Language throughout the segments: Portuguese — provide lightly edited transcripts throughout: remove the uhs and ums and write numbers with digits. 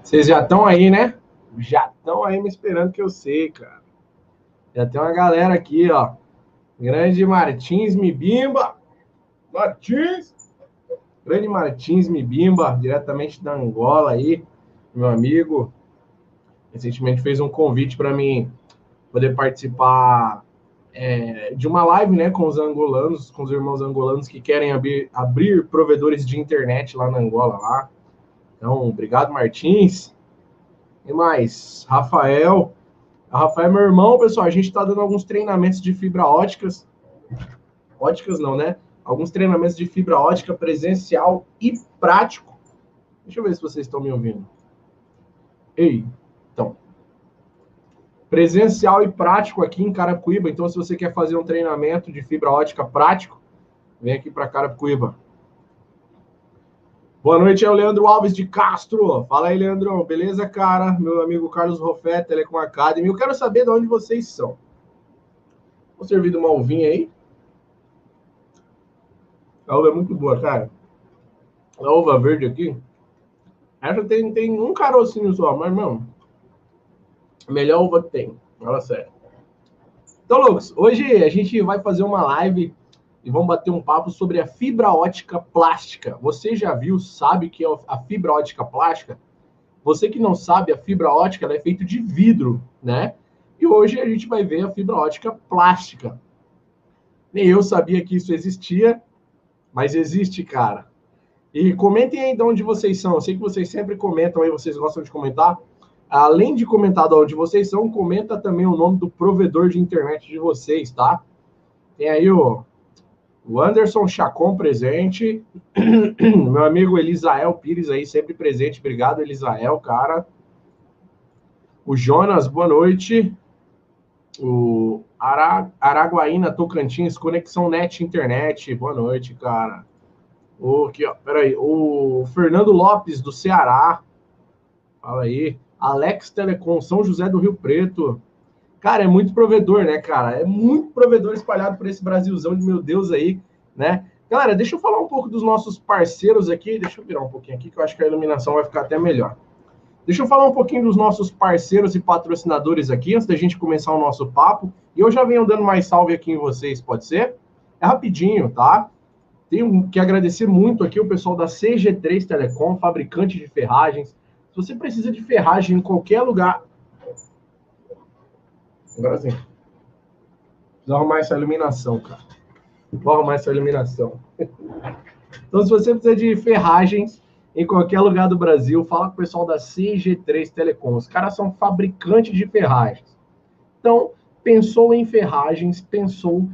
Vocês já estão aí, né? Já estão aí me esperando que eu sei, cara. Já tem uma galera aqui, ó. Grande Martins Mibimba. Martins! Grande Martins Mibimba, diretamente da Angola aí, meu amigo. Recentemente fez um convite para mim poder participar de uma live, né, com os angolanos, com os irmãos angolanos que querem abrir provedores de internet lá na Angola, lá. Então, obrigado, Martins. E mais, Rafael. A Rafael é meu irmão, pessoal. A gente está dando alguns treinamentos de fibra óticas. Óticas não, né? Alguns treinamentos de fibra ótica presencial e prático. Deixa eu ver se vocês estão me ouvindo. Ei, então. Presencial e prático aqui em Carapicuíba. Então, se você quer fazer um treinamento de fibra ótica prático, vem aqui para Carapicuíba. Boa noite, é o Leandro Alves de Castro. Fala aí, Leandro. Beleza, cara? Meu amigo Carlos Rofé, Telecom Academy. Eu quero saber de onde vocês são. Vou servir de uma uvinha aí. A uva é muito boa, cara. A uva verde aqui. Essa tem um carocinho só, mas, mano, a melhor uva que tem. Fala sério. Então, Lucas, hoje a gente vai fazer uma live e vamos bater um papo sobre a fibra ótica plástica. Você já viu, sabe o que é a fibra ótica plástica? Você que não sabe, a fibra ótica ela é feita de vidro, né? E hoje a gente vai ver a fibra ótica plástica. Nem eu sabia que isso existia, mas existe, cara. E comentem aí de onde vocês são. Eu sei que vocês sempre comentam aí, vocês gostam de comentar. Além de comentar de onde vocês são, comenta também o nome do provedor de internet de vocês, tá? Tem aí o Anderson Chacon presente. Meu amigo Elisael Pires aí, sempre presente. Obrigado, Elisael, cara. O Jonas, boa noite. O Araguaína Tocantins, Conexão Net Internet. Boa noite, cara. O Fernando Lopes, do Ceará. Fala aí. Alex Telecom, São José do Rio Preto. Cara, é muito provedor, né, cara? É muito provedor espalhado por esse Brasilzão de meu Deus aí, né? Galera, deixa eu falar um pouco dos nossos parceiros aqui. Deixa eu virar um pouquinho aqui, que eu acho que a iluminação vai ficar até melhor. Deixa eu falar um pouquinho dos nossos parceiros e patrocinadores aqui, antes da gente começar o nosso papo. E eu já venho dando mais salve aqui em vocês, pode ser? É rapidinho, tá? Tenho que agradecer muito aqui o pessoal da CG3 Telecom, fabricante de ferragens. Se você precisa de ferragem em qualquer lugar... Agora sim. Preciso arrumar essa iluminação, cara. Vou arrumar essa iluminação. Então, se você precisa de ferragens em qualquer lugar do Brasil, fala com o pessoal da CG3 Telecom. Os caras são fabricantes de ferragens. Então, pensou em ferragens, pensou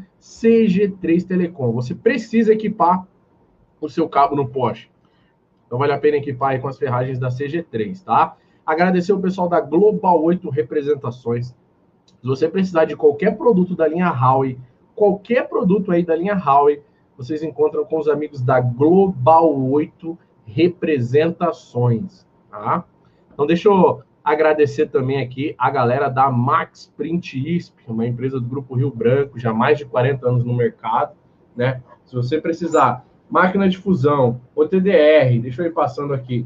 CG3 Telecom. Você precisa equipar o seu cabo no poste. Então, vale a pena equipar aí com as ferragens da CG3, tá? Agradecer o pessoal da Global 8 Representações. Se você precisar de qualquer produto da linha Huawei, qualquer produto aí da linha Huawei, vocês encontram com os amigos da Global 8 Representações, tá? Então, deixa eu agradecer também aqui a galera da Max Print ISP, uma empresa do Grupo Rio Branco, já há mais de 40 anos no mercado, né? Se você precisar, máquina de fusão, OTDR, deixa eu ir passando aqui,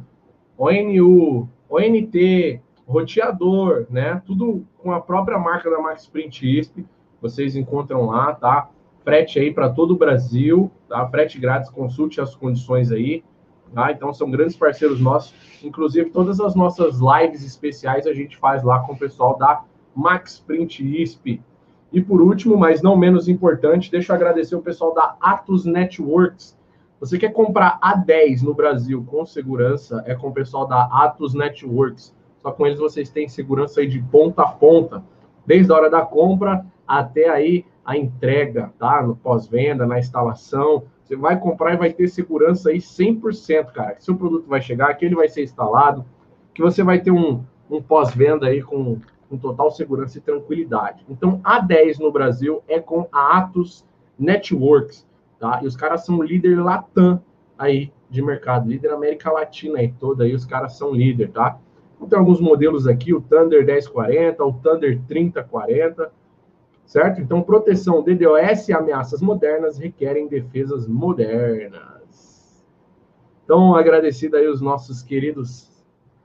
ONU, ONT, roteador, né? Tudo com a própria marca da Max Print ISP, vocês encontram lá, tá? Frete aí para todo o Brasil, tá? Frete grátis, consulte as condições aí, tá? Então são grandes parceiros nossos, inclusive todas as nossas lives especiais a gente faz lá com o pessoal da Max Print ISP. E por último, mas não menos importante, deixa eu agradecer o pessoal da Atos Networks. Você quer comprar A10 no Brasil com segurança, é com o pessoal da Atos Networks. Só com eles vocês têm segurança aí de ponta a ponta, desde a hora da compra até aí a entrega, tá? No pós-venda, na instalação. Você vai comprar e vai ter segurança aí 100%, cara. Que seu produto vai chegar, que ele vai ser instalado, que você vai ter um pós-venda aí com total segurança e tranquilidade. Então, A10 no Brasil é com a Atos Networks, tá? E os caras são líder Latam aí de mercado, líder América Latina aí toda aí, os caras são líder, tá? Então, tem alguns modelos aqui, o Thunder 1040, o Thunder 3040, certo? Então, proteção DDoS e ameaças modernas requerem defesas modernas. Então, agradecido aí os nossos queridos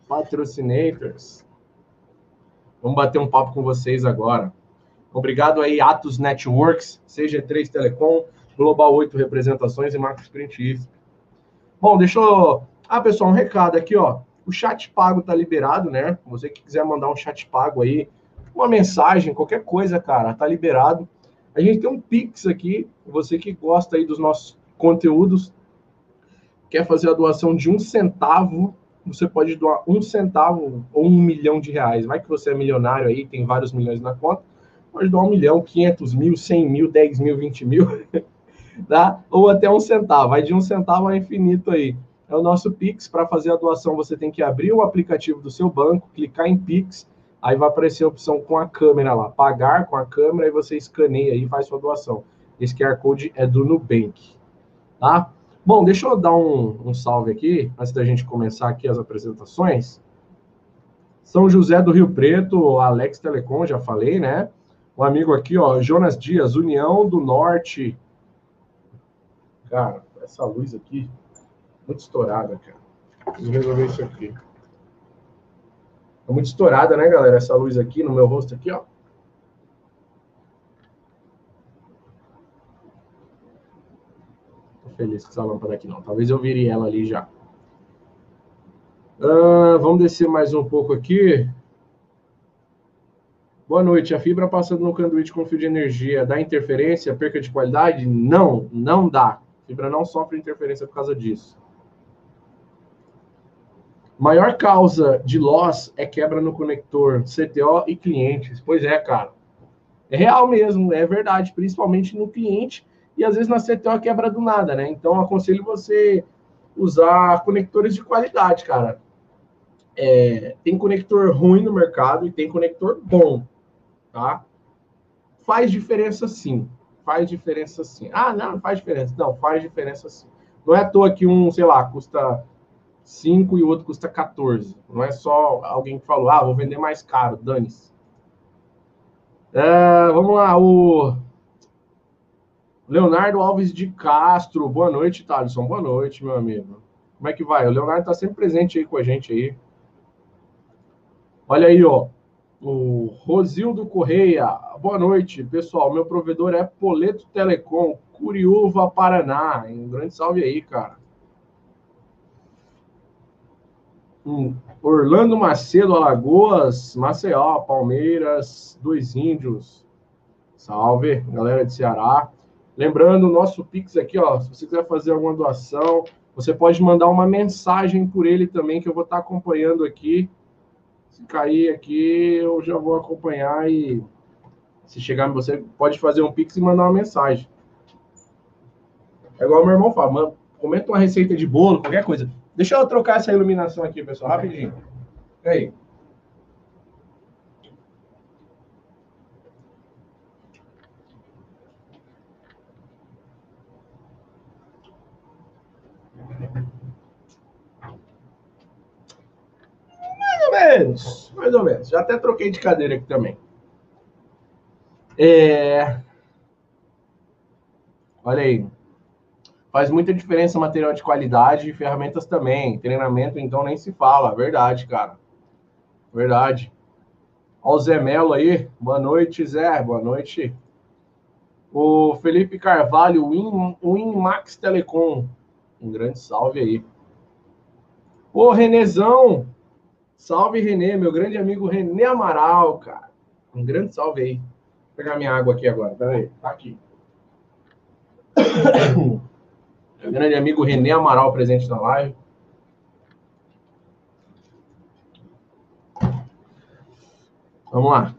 patrocinators. Vamos bater um papo com vocês agora. Obrigado aí, Atos Networks, CG3 Telecom, Global 8 Representações e Marcos Print ISP. Bom, deixa eu... pessoal, um recado aqui, ó. O chat pago tá liberado, né? Você que quiser mandar um chat pago aí, uma mensagem, qualquer coisa, cara, tá liberado. A gente tem um Pix aqui, você que gosta aí dos nossos conteúdos, quer fazer a doação de 1 centavo, você pode doar 1 centavo ou 1 milhão de reais. Vai que você é milionário aí, tem vários milhões na conta, pode doar 1 milhão, 500 mil, 100 mil, 10 mil, 20 mil, tá? Ou até 1 centavo, vai de 1 centavo a infinito aí. É o nosso Pix. Para fazer a doação, você tem que abrir o aplicativo do seu banco, clicar em Pix, aí vai aparecer a opção com a câmera lá, pagar com a câmera, e você escaneia aí e faz sua doação. Esse QR Code é do Nubank, tá? Bom, deixa eu dar um salve aqui, antes da gente começar aqui as apresentações. São José do Rio Preto, Alex Telecom, já falei, né? Um amigo aqui, ó, Jonas Dias, União do Norte. Cara, essa luz aqui, muito estourada, cara. Preciso resolver isso aqui. É muito estourada, né, galera? Essa luz aqui no meu rosto aqui, ó. Tô feliz com essa lâmpada aqui, não. Talvez eu vire ela ali já. Vamos descer mais um pouco aqui. Boa noite. A fibra passando no conduíte com fio de energia dá interferência, perca de qualidade? Não, não dá. A fibra não sofre interferência por causa disso. Maior causa de loss é quebra no conector CTO e clientes. Pois é, cara. É real mesmo, é verdade, principalmente no cliente e às vezes na CTO quebra do nada, né? Então, aconselho você usar conectores de qualidade, cara. Tem conector ruim no mercado e tem conector bom, tá? Faz diferença sim. Faz diferença sim. Não faz diferença. Não, faz diferença sim. Não é à toa que um, sei lá, custa 5 e o outro custa 14. Não é só alguém que falou, vou vender mais caro, dane-se. Vamos lá, o Leonardo Alves de Castro. Boa noite, Thaleson. Boa noite, meu amigo. Como é que vai? O Leonardo tá sempre presente aí com a gente aí. Olha aí, ó. O Rosildo Correia. Boa noite, pessoal. Meu provedor é Poleto Telecom, Curiúva, Paraná. Um grande salve aí, cara. Orlando Macedo, Alagoas, Maceió, Palmeiras, Dois Índios. Salve, galera de Ceará. Lembrando, o nosso Pix aqui, ó, se você quiser fazer alguma doação, você pode mandar uma mensagem por ele também, que eu vou estar acompanhando aqui. Se cair aqui, eu já vou acompanhar e se chegar, você pode fazer um Pix e mandar uma mensagem. É igual o meu irmão fala, comenta uma receita de bolo, qualquer coisa. Deixa eu trocar essa iluminação aqui, pessoal, rapidinho. E aí? Mais ou menos. Já até troquei de cadeira aqui também. Olha aí. Faz muita diferença material de qualidade e ferramentas também. Treinamento, então, nem se fala. Verdade, cara. Verdade. Olha o Zé Melo aí. Boa noite, Zé. Boa noite. O Felipe Carvalho, Winmax Telecom. Um grande salve aí. Ô, Renezão. Salve, Renê. Meu grande amigo Renê Amaral, cara. Um grande salve aí. Vou pegar minha água aqui agora. Peraí. Tá aqui. Meu grande amigo Renê Amaral presente na live. Vamos lá.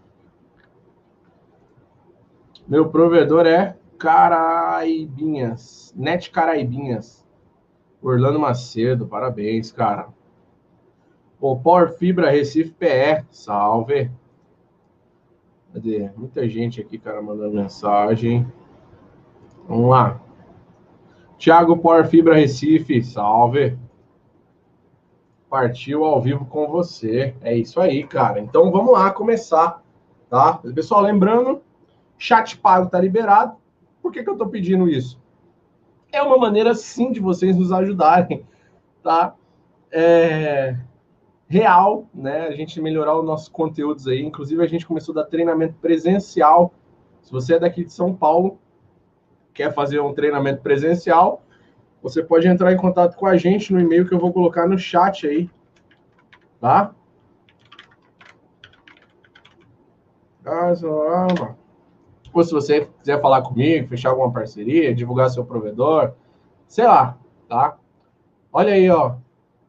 Meu provedor é Caraibinhas. Net Caraibinhas. Orlando Macedo. Parabéns, cara. Pô, Power Fibra Recife PE. Salve. Cadê? Muita gente aqui, cara, mandando mensagem. Vamos lá. Thiago Power Fibra Recife. Salve. Partiu ao vivo com você. É isso aí, cara. Então vamos lá começar, tá? Pessoal, lembrando, chat pago tá liberado. Por que eu tô pedindo isso? É uma maneira, sim, de vocês nos ajudarem, tá? real, né? A gente melhorar os nossos conteúdos aí. Inclusive, a gente começou a dar treinamento presencial. Se você é daqui de São Paulo, quer fazer um treinamento presencial, você pode entrar em contato com a gente no e-mail que eu vou colocar no chat aí, tá? Ou se você quiser falar comigo, fechar alguma parceria, divulgar seu provedor, sei lá, tá? Olha aí, ó.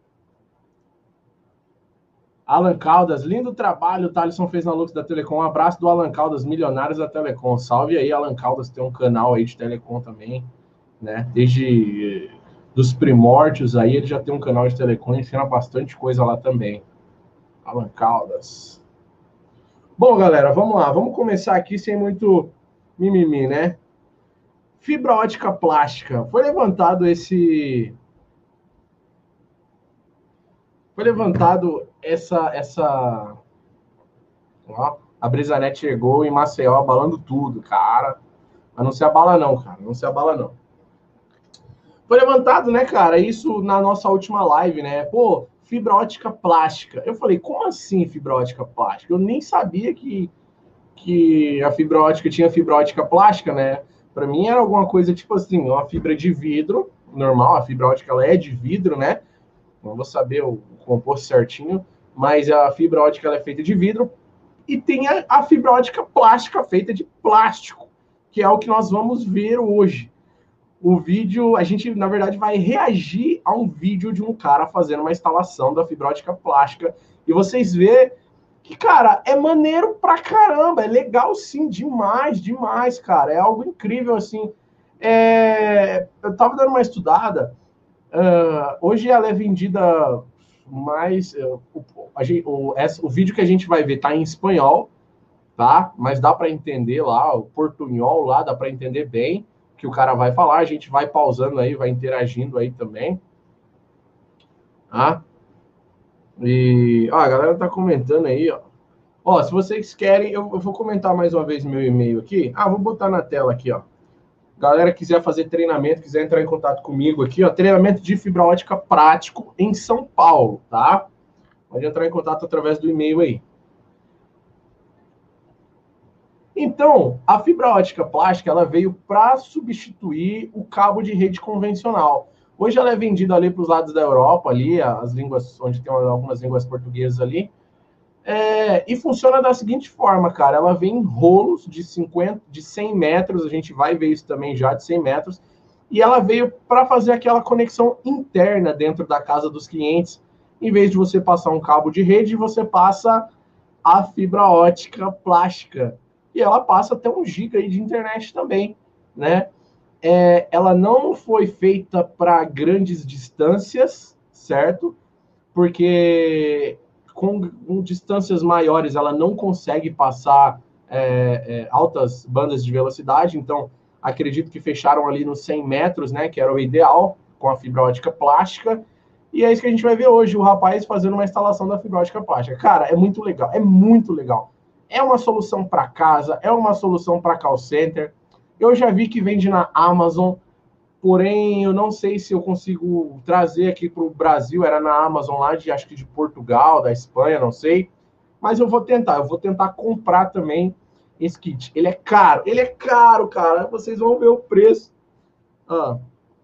Alan Caldas, lindo trabalho o Thalisson fez na Lux da Telecom. Um abraço do Alan Caldas, milionários da Telecom. Salve aí, Alan Caldas, tem um canal aí de Telecom também, né? Desde dos primórdios aí, ele já tem um canal de Telecom e ensina bastante coisa lá também. Alan Caldas. Bom, galera, vamos lá. Vamos começar aqui sem muito mimimi, né? Fibra ótica plástica. Foi levantado essa. Ó, a Brisanet chegou em Maceió abalando tudo, cara. Mas não se abala não, cara. Não se abala não. Foi levantado, né, cara? Isso na nossa última live, né? Pô, fibra ótica plástica. Eu falei, como assim fibra ótica plástica? Eu nem sabia que a fibra ótica tinha fibra ótica plástica, né? Para mim era alguma coisa tipo assim, uma fibra de vidro, normal, a fibra ótica ela é de vidro, né? Não vou saber o composto certinho, mas a fibra ótica ela é feita de vidro e tem a fibra ótica plástica feita de plástico, que é o que nós vamos ver hoje. O vídeo, a gente, na verdade, vai reagir a um vídeo de um cara fazendo uma instalação da fibra ótica plástica. E vocês vê que, cara, é maneiro pra caramba. É legal, sim, demais, demais, cara. É algo incrível, assim. Eu tava dando uma estudada. Hoje ela é vendida mais... o vídeo que a gente vai ver tá em espanhol, tá? Mas dá para entender lá, o portunhol lá, dá para entender bem o que o cara vai falar. A gente vai pausando aí, vai interagindo aí também, tá? E ó, a galera tá comentando aí, ó. Ó, se vocês querem, eu vou comentar mais uma vez meu e-mail aqui. Ah, vou botar na tela aqui, ó. Galera quiser fazer treinamento, quiser entrar em contato comigo aqui, ó, treinamento de fibra ótica prático em São Paulo, tá? Pode entrar em contato através do e-mail aí. Então, a fibra ótica plástica ela veio para substituir o cabo de rede convencional. Hoje ela é vendida ali para os lados da Europa, ali, as línguas, onde tem algumas línguas portuguesas ali. E funciona da seguinte forma, cara. Ela vem em rolos de 100 metros, a gente vai ver isso também já, de 100 metros. E ela veio para fazer aquela conexão interna dentro da casa dos clientes. Em vez de você passar um cabo de rede, você passa a fibra ótica plástica. E ela passa até 1 giga aí de internet também, né? Ela não foi feita para grandes distâncias, certo? Porque com distâncias maiores ela não consegue passar altas bandas de velocidade, então acredito que fecharam ali nos 100 metros, né, que era o ideal, com a fibra ótica plástica, e é isso que a gente vai ver hoje, o rapaz fazendo uma instalação da fibra ótica plástica. Cara, é muito legal, é muito legal. É uma solução para casa, é uma solução para call center. Eu já vi que vende na Amazon, porém eu não sei se eu consigo trazer aqui para o Brasil. Era na Amazon lá de, acho que de Portugal, da Espanha, não sei. Mas eu vou tentar comprar também esse kit. Ele é caro, cara. Vocês vão ver o preço. Ah.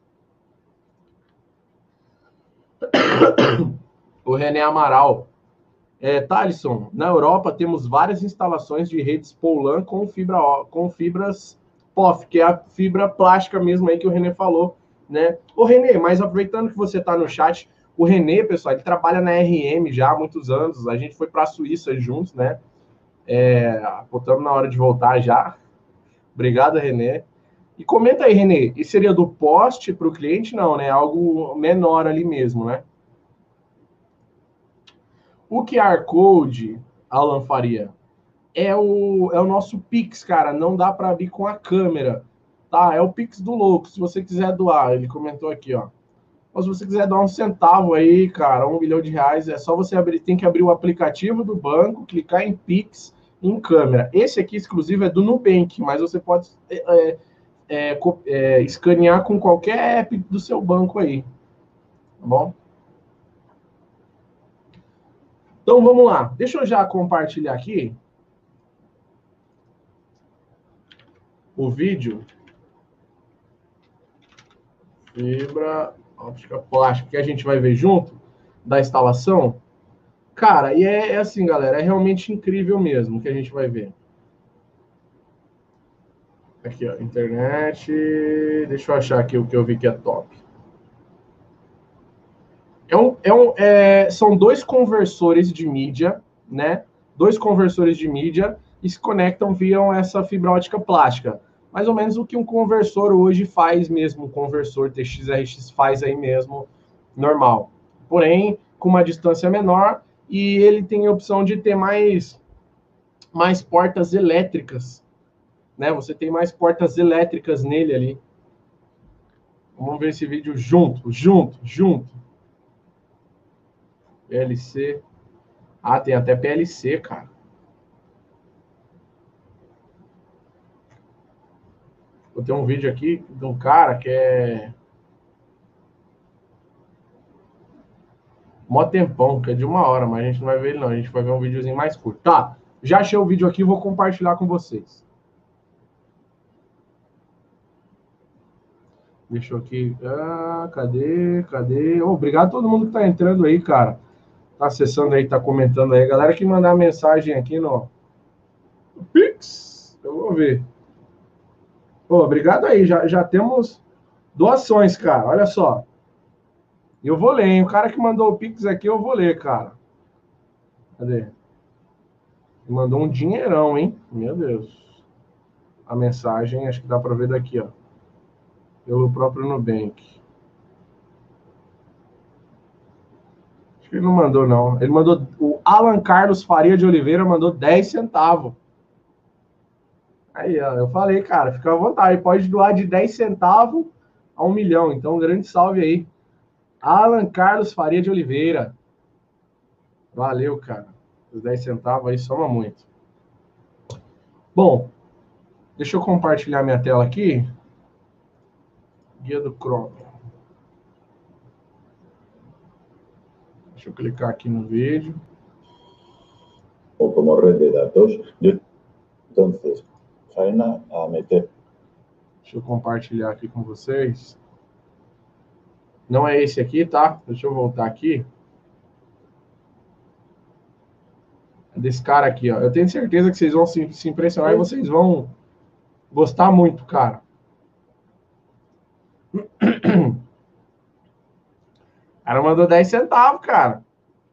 O René Amaral. Thalisson, na Europa temos várias instalações de redes POLAN com fibras POF, que é a fibra plástica mesmo aí que o René falou, né? Ô René, mas aproveitando que você está no chat, o René, pessoal, ele trabalha na RM já há muitos anos, a gente foi para a Suíça juntos, né? Estamos na hora de voltar já. Obrigado, René. E comenta aí, René, e seria do poste para o cliente? Não, né? Algo menor ali mesmo, né? O QR Code, Alan Faria, é o nosso Pix, cara. Não dá para abrir com a câmera, tá? É o Pix do louco. Se você quiser doar, ele comentou aqui, ó. Mas se você quiser doar 1 centavo aí, cara, R$1 milhão, é só você abrir. Tem que abrir o aplicativo do banco, clicar em Pix, em câmera. Esse aqui, exclusivo, é do Nubank, mas você pode escanear com qualquer app do seu banco aí, tá bom? Então vamos lá. Deixa eu já compartilhar aqui o vídeo. Fibra óptica plástica que a gente vai ver junto da instalação. Cara, e é assim, galera, é realmente incrível mesmo que a gente vai ver. Aqui, ó, internet. Deixa eu achar aqui o que eu vi que é top. São dois conversores de mídia, né? Dois conversores de mídia e se conectam via essa fibra ótica plástica. Mais ou menos o que um conversor hoje faz mesmo, um conversor TX-RX faz aí mesmo, normal. Porém, com uma distância menor e ele tem a opção de ter mais portas elétricas, né? Você tem mais portas elétricas nele ali. Vamos ver esse vídeo junto. PLC. Ah, tem até PLC, cara. Eu tenho um vídeo aqui de um cara que é mó tempão, que é de 1 hora, mas a gente não vai ver ele não, a gente vai ver um videozinho mais curto. Tá, já achei o vídeo aqui e vou compartilhar com vocês. Deixa eu aqui. Ah, cadê? Oh, obrigado a todo mundo que tá entrando aí, cara. Tá acessando aí, tá comentando aí. Galera que mandar mensagem aqui no Pix, eu vou ver. Pô, obrigado aí, já temos doações, cara, olha só. Eu vou ler, hein? O cara que mandou o Pix aqui, eu vou ler, cara. Cadê? Mandou um dinheirão, hein? Meu Deus. A mensagem, acho que dá para ver daqui, ó. Pelo próprio Nubank. Acho que ele não mandou, não. Ele mandou. O Alan Carlos Faria de Oliveira mandou 10 centavos. Aí, ó, eu falei, cara, fica à vontade. Pode doar de 10 centavos a 1 milhão. Então, um grande salve aí. Alan Carlos Faria de Oliveira. Valeu, cara. Os 10 centavos aí soma muito. Bom, deixa eu compartilhar minha tela aqui. Guia do Chrome. Deixa eu clicar aqui no vídeo. Como red de datos, entonces, faena a meter. Deixa eu compartilhar aqui com vocês. Não é esse aqui, tá? Deixa eu voltar aqui. É desse cara aqui, ó. Eu tenho certeza que vocês vão se impressionar e vocês vão gostar muito, cara. O cara mandou 10 centavos, cara.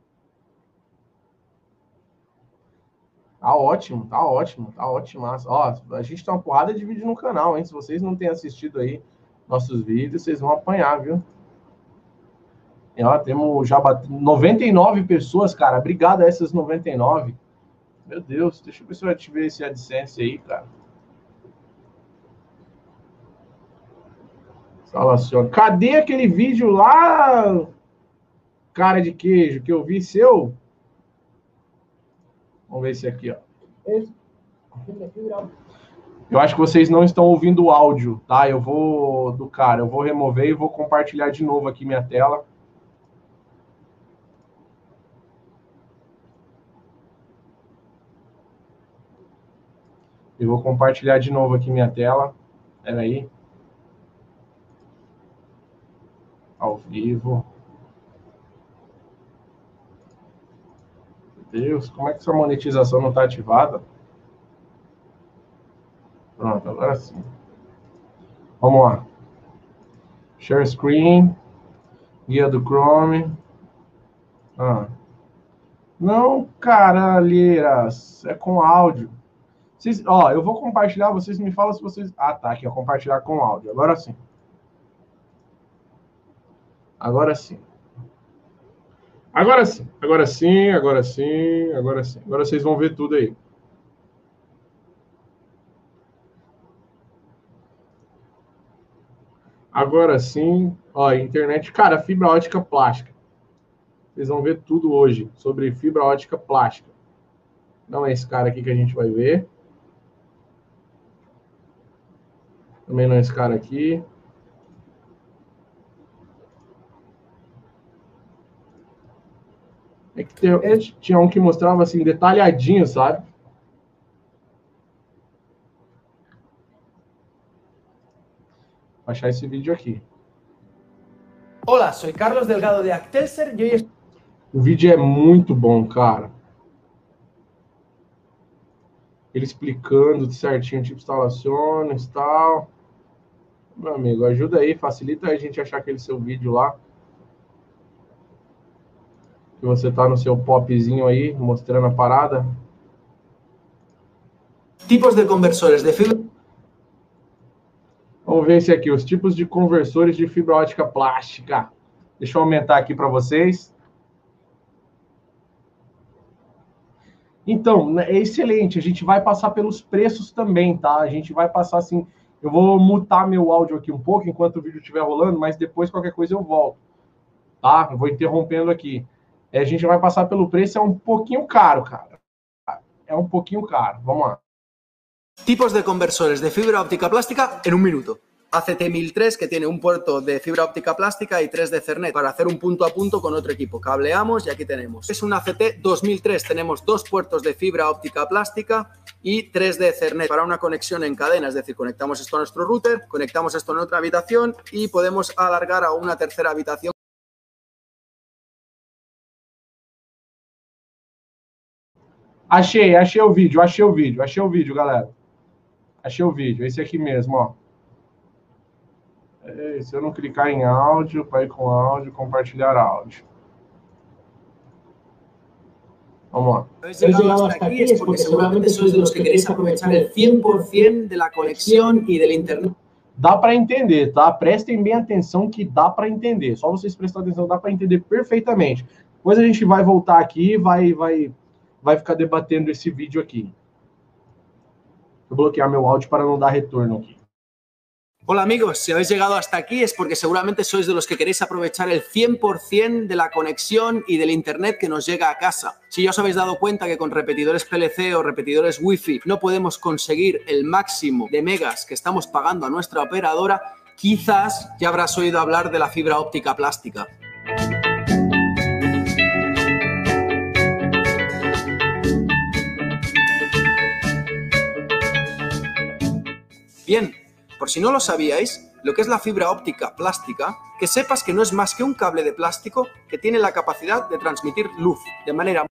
Tá ótimo, tá ótimo, tá ótimaço. Ó, a gente tem uma porrada de vídeo no canal, hein? Se vocês não têm assistido aí nossos vídeos, vocês vão apanhar, viu? E, ó, temos já 99 pessoas, cara. Obrigado a essas 99. Meu Deus, deixa eu ver se eu ativar esse AdSense aí, cara. Instalação. Cadê aquele vídeo lá, cara de queijo, que eu vi seu? Vamos ver esse aqui, ó. Eu acho que vocês não estão ouvindo o áudio, tá? Eu vou remover e vou compartilhar de novo aqui minha tela. Eu vou compartilhar de novo aqui minha tela. Espera aí. Ao vivo. Meu Deus, como é que essa monetização não está ativada? Pronto, agora sim. Vamos lá. Share screen. Guia do Chrome. Não, caralheiras. É com áudio. Ó, eu vou compartilhar, vocês me falam se vocês... Ah, tá, aqui, ó, compartilhar com áudio. Agora sim. Agora sim. Agora sim. Agora sim, agora sim, agora sim. Agora vocês vão ver tudo aí. Agora sim, ó, internet, cara, fibra ótica plástica. Vocês vão ver tudo hoje sobre fibra ótica plástica. Não é esse cara aqui que a gente vai ver. Também não é esse cara aqui. É que tinha um que mostrava assim, detalhadinho, sabe? Vou achar esse vídeo aqui. Hola, soy Carlos Delgado de Actelser y hoy... O vídeo é muito bom, cara. Ele explicando certinho, tipo, instalações e tal. Meu amigo, ajuda aí, facilita a gente achar aquele seu vídeo lá. Que você tá no seu popzinho aí, mostrando a parada. Tipos de conversores de fibra... Vamos ver esse aqui, os tipos de conversores de fibra ótica plástica. Deixa eu aumentar aqui para vocês. Então, é excelente. A gente vai passar pelos preços também, tá? A gente vai passar assim... Eu vou mutar meu áudio aqui um pouco enquanto o vídeo estiver rolando, mas depois qualquer coisa eu volto. Tá? Eu vou interrompendo aqui. A gente vai passar pelo preço, é um pouquinho caro, cara. É um pouquinho caro. Vamos lá. Tipos de conversores de fibra óptica plástica en un minuto. ACT1003, que tiene un puerto de fibra óptica plástica y 3 de Ethernet para hacer un punto a punto con otro equipo. Cableamos y aquí tenemos. Es un ACT2003, tenemos 2 puertos de fibra óptica plástica y 3 de Ethernet para una conexión en cadena, es decir, conectamos esto a nuestro router, conectamos esto en otra habitación y podemos alargar a una tercera habitación. Achei o vídeo, galera. Achei o vídeo, esse aqui mesmo, ó. Se eu não clicar em áudio, para ir com áudio, compartilhar áudio. Vamos lá. Habéis llegado hasta aquí es porque seguramente sois de los que queréis aprovechar el 100% de la conexión y del internet. Dá para entender, tá? Prestem bem atenção que dá para entender. Só vocês prestarem atenção, dá para entender perfeitamente. Depois a gente vai voltar aqui e vai ficar debatendo esse vídeo aqui. Vou bloquear meu áudio para não dar retorno aqui. Hola amigos, si habéis llegado hasta aquí es porque seguramente sois de los que queréis aprovechar el 100% de la conexión y del internet que nos llega a casa. Si ya os habéis dado cuenta que con repetidores PLC o repetidores Wi-Fi no podemos conseguir el máximo de megas que estamos pagando a nuestra operadora, quizás ya habrás oído hablar de la fibra óptica plástica. Bien. Por si no lo sabíais, lo que es la fibra óptica plástica, que sepas que no es más que un cable de plástico que tiene la capacidad de transmitir luz de manera...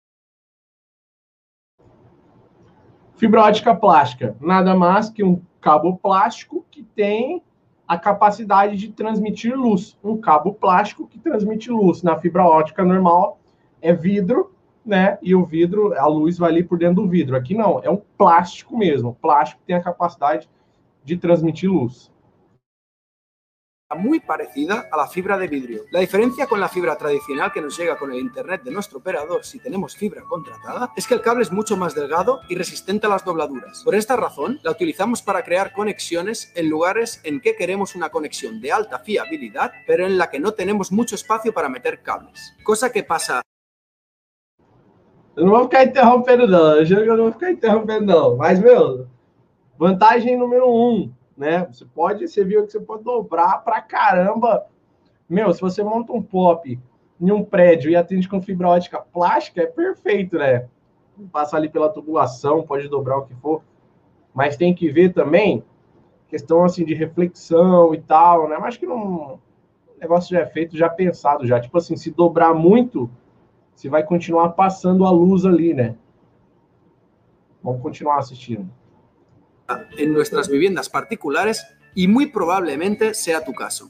Fibra ótica plástica, nada mais que um cabo plástico que tem a capacidade de transmitir luz. Um cabo plástico que transmite luz. Na fibra ótica normal é vidro, né? E o vidro, a luz vai ali por dentro do vidro. Aqui não, é um plástico mesmo. O plástico tem a capacidade de transmitir luz. Muy parecida a la fibra de vidrio. La diferencia con la fibra tradicional que nos llega con el internet de nuestro operador si tenemos fibra contratada es que el cable es mucho más delgado y resistente a las dobladuras. Por esta razón, la utilizamos para crear conexiones en lugares en que queremos una conexión de alta fiabilidad, pero en la que no tenemos mucho espacio para meter cables. Cosa que pasa... Eu não vou ficar interrompendo não, eu juro que eu não vou ficar interrompendo não, mas, meu... Vantagem número 1, né? Você viu que você pode dobrar pra caramba. Meu, se você monta um POP em um prédio e atende com fibra ótica plástica, é perfeito, né? Passa ali pela tubulação, pode dobrar o que for. Mas tem que ver também questão assim de reflexão e tal, né? Mas acho que não... o negócio já é feito, já pensado já. Tipo assim, se dobrar muito, você vai continuar passando a luz ali, né? Vamos continuar assistindo. En nuestras viviendas particulares y muy probablemente sea tu caso.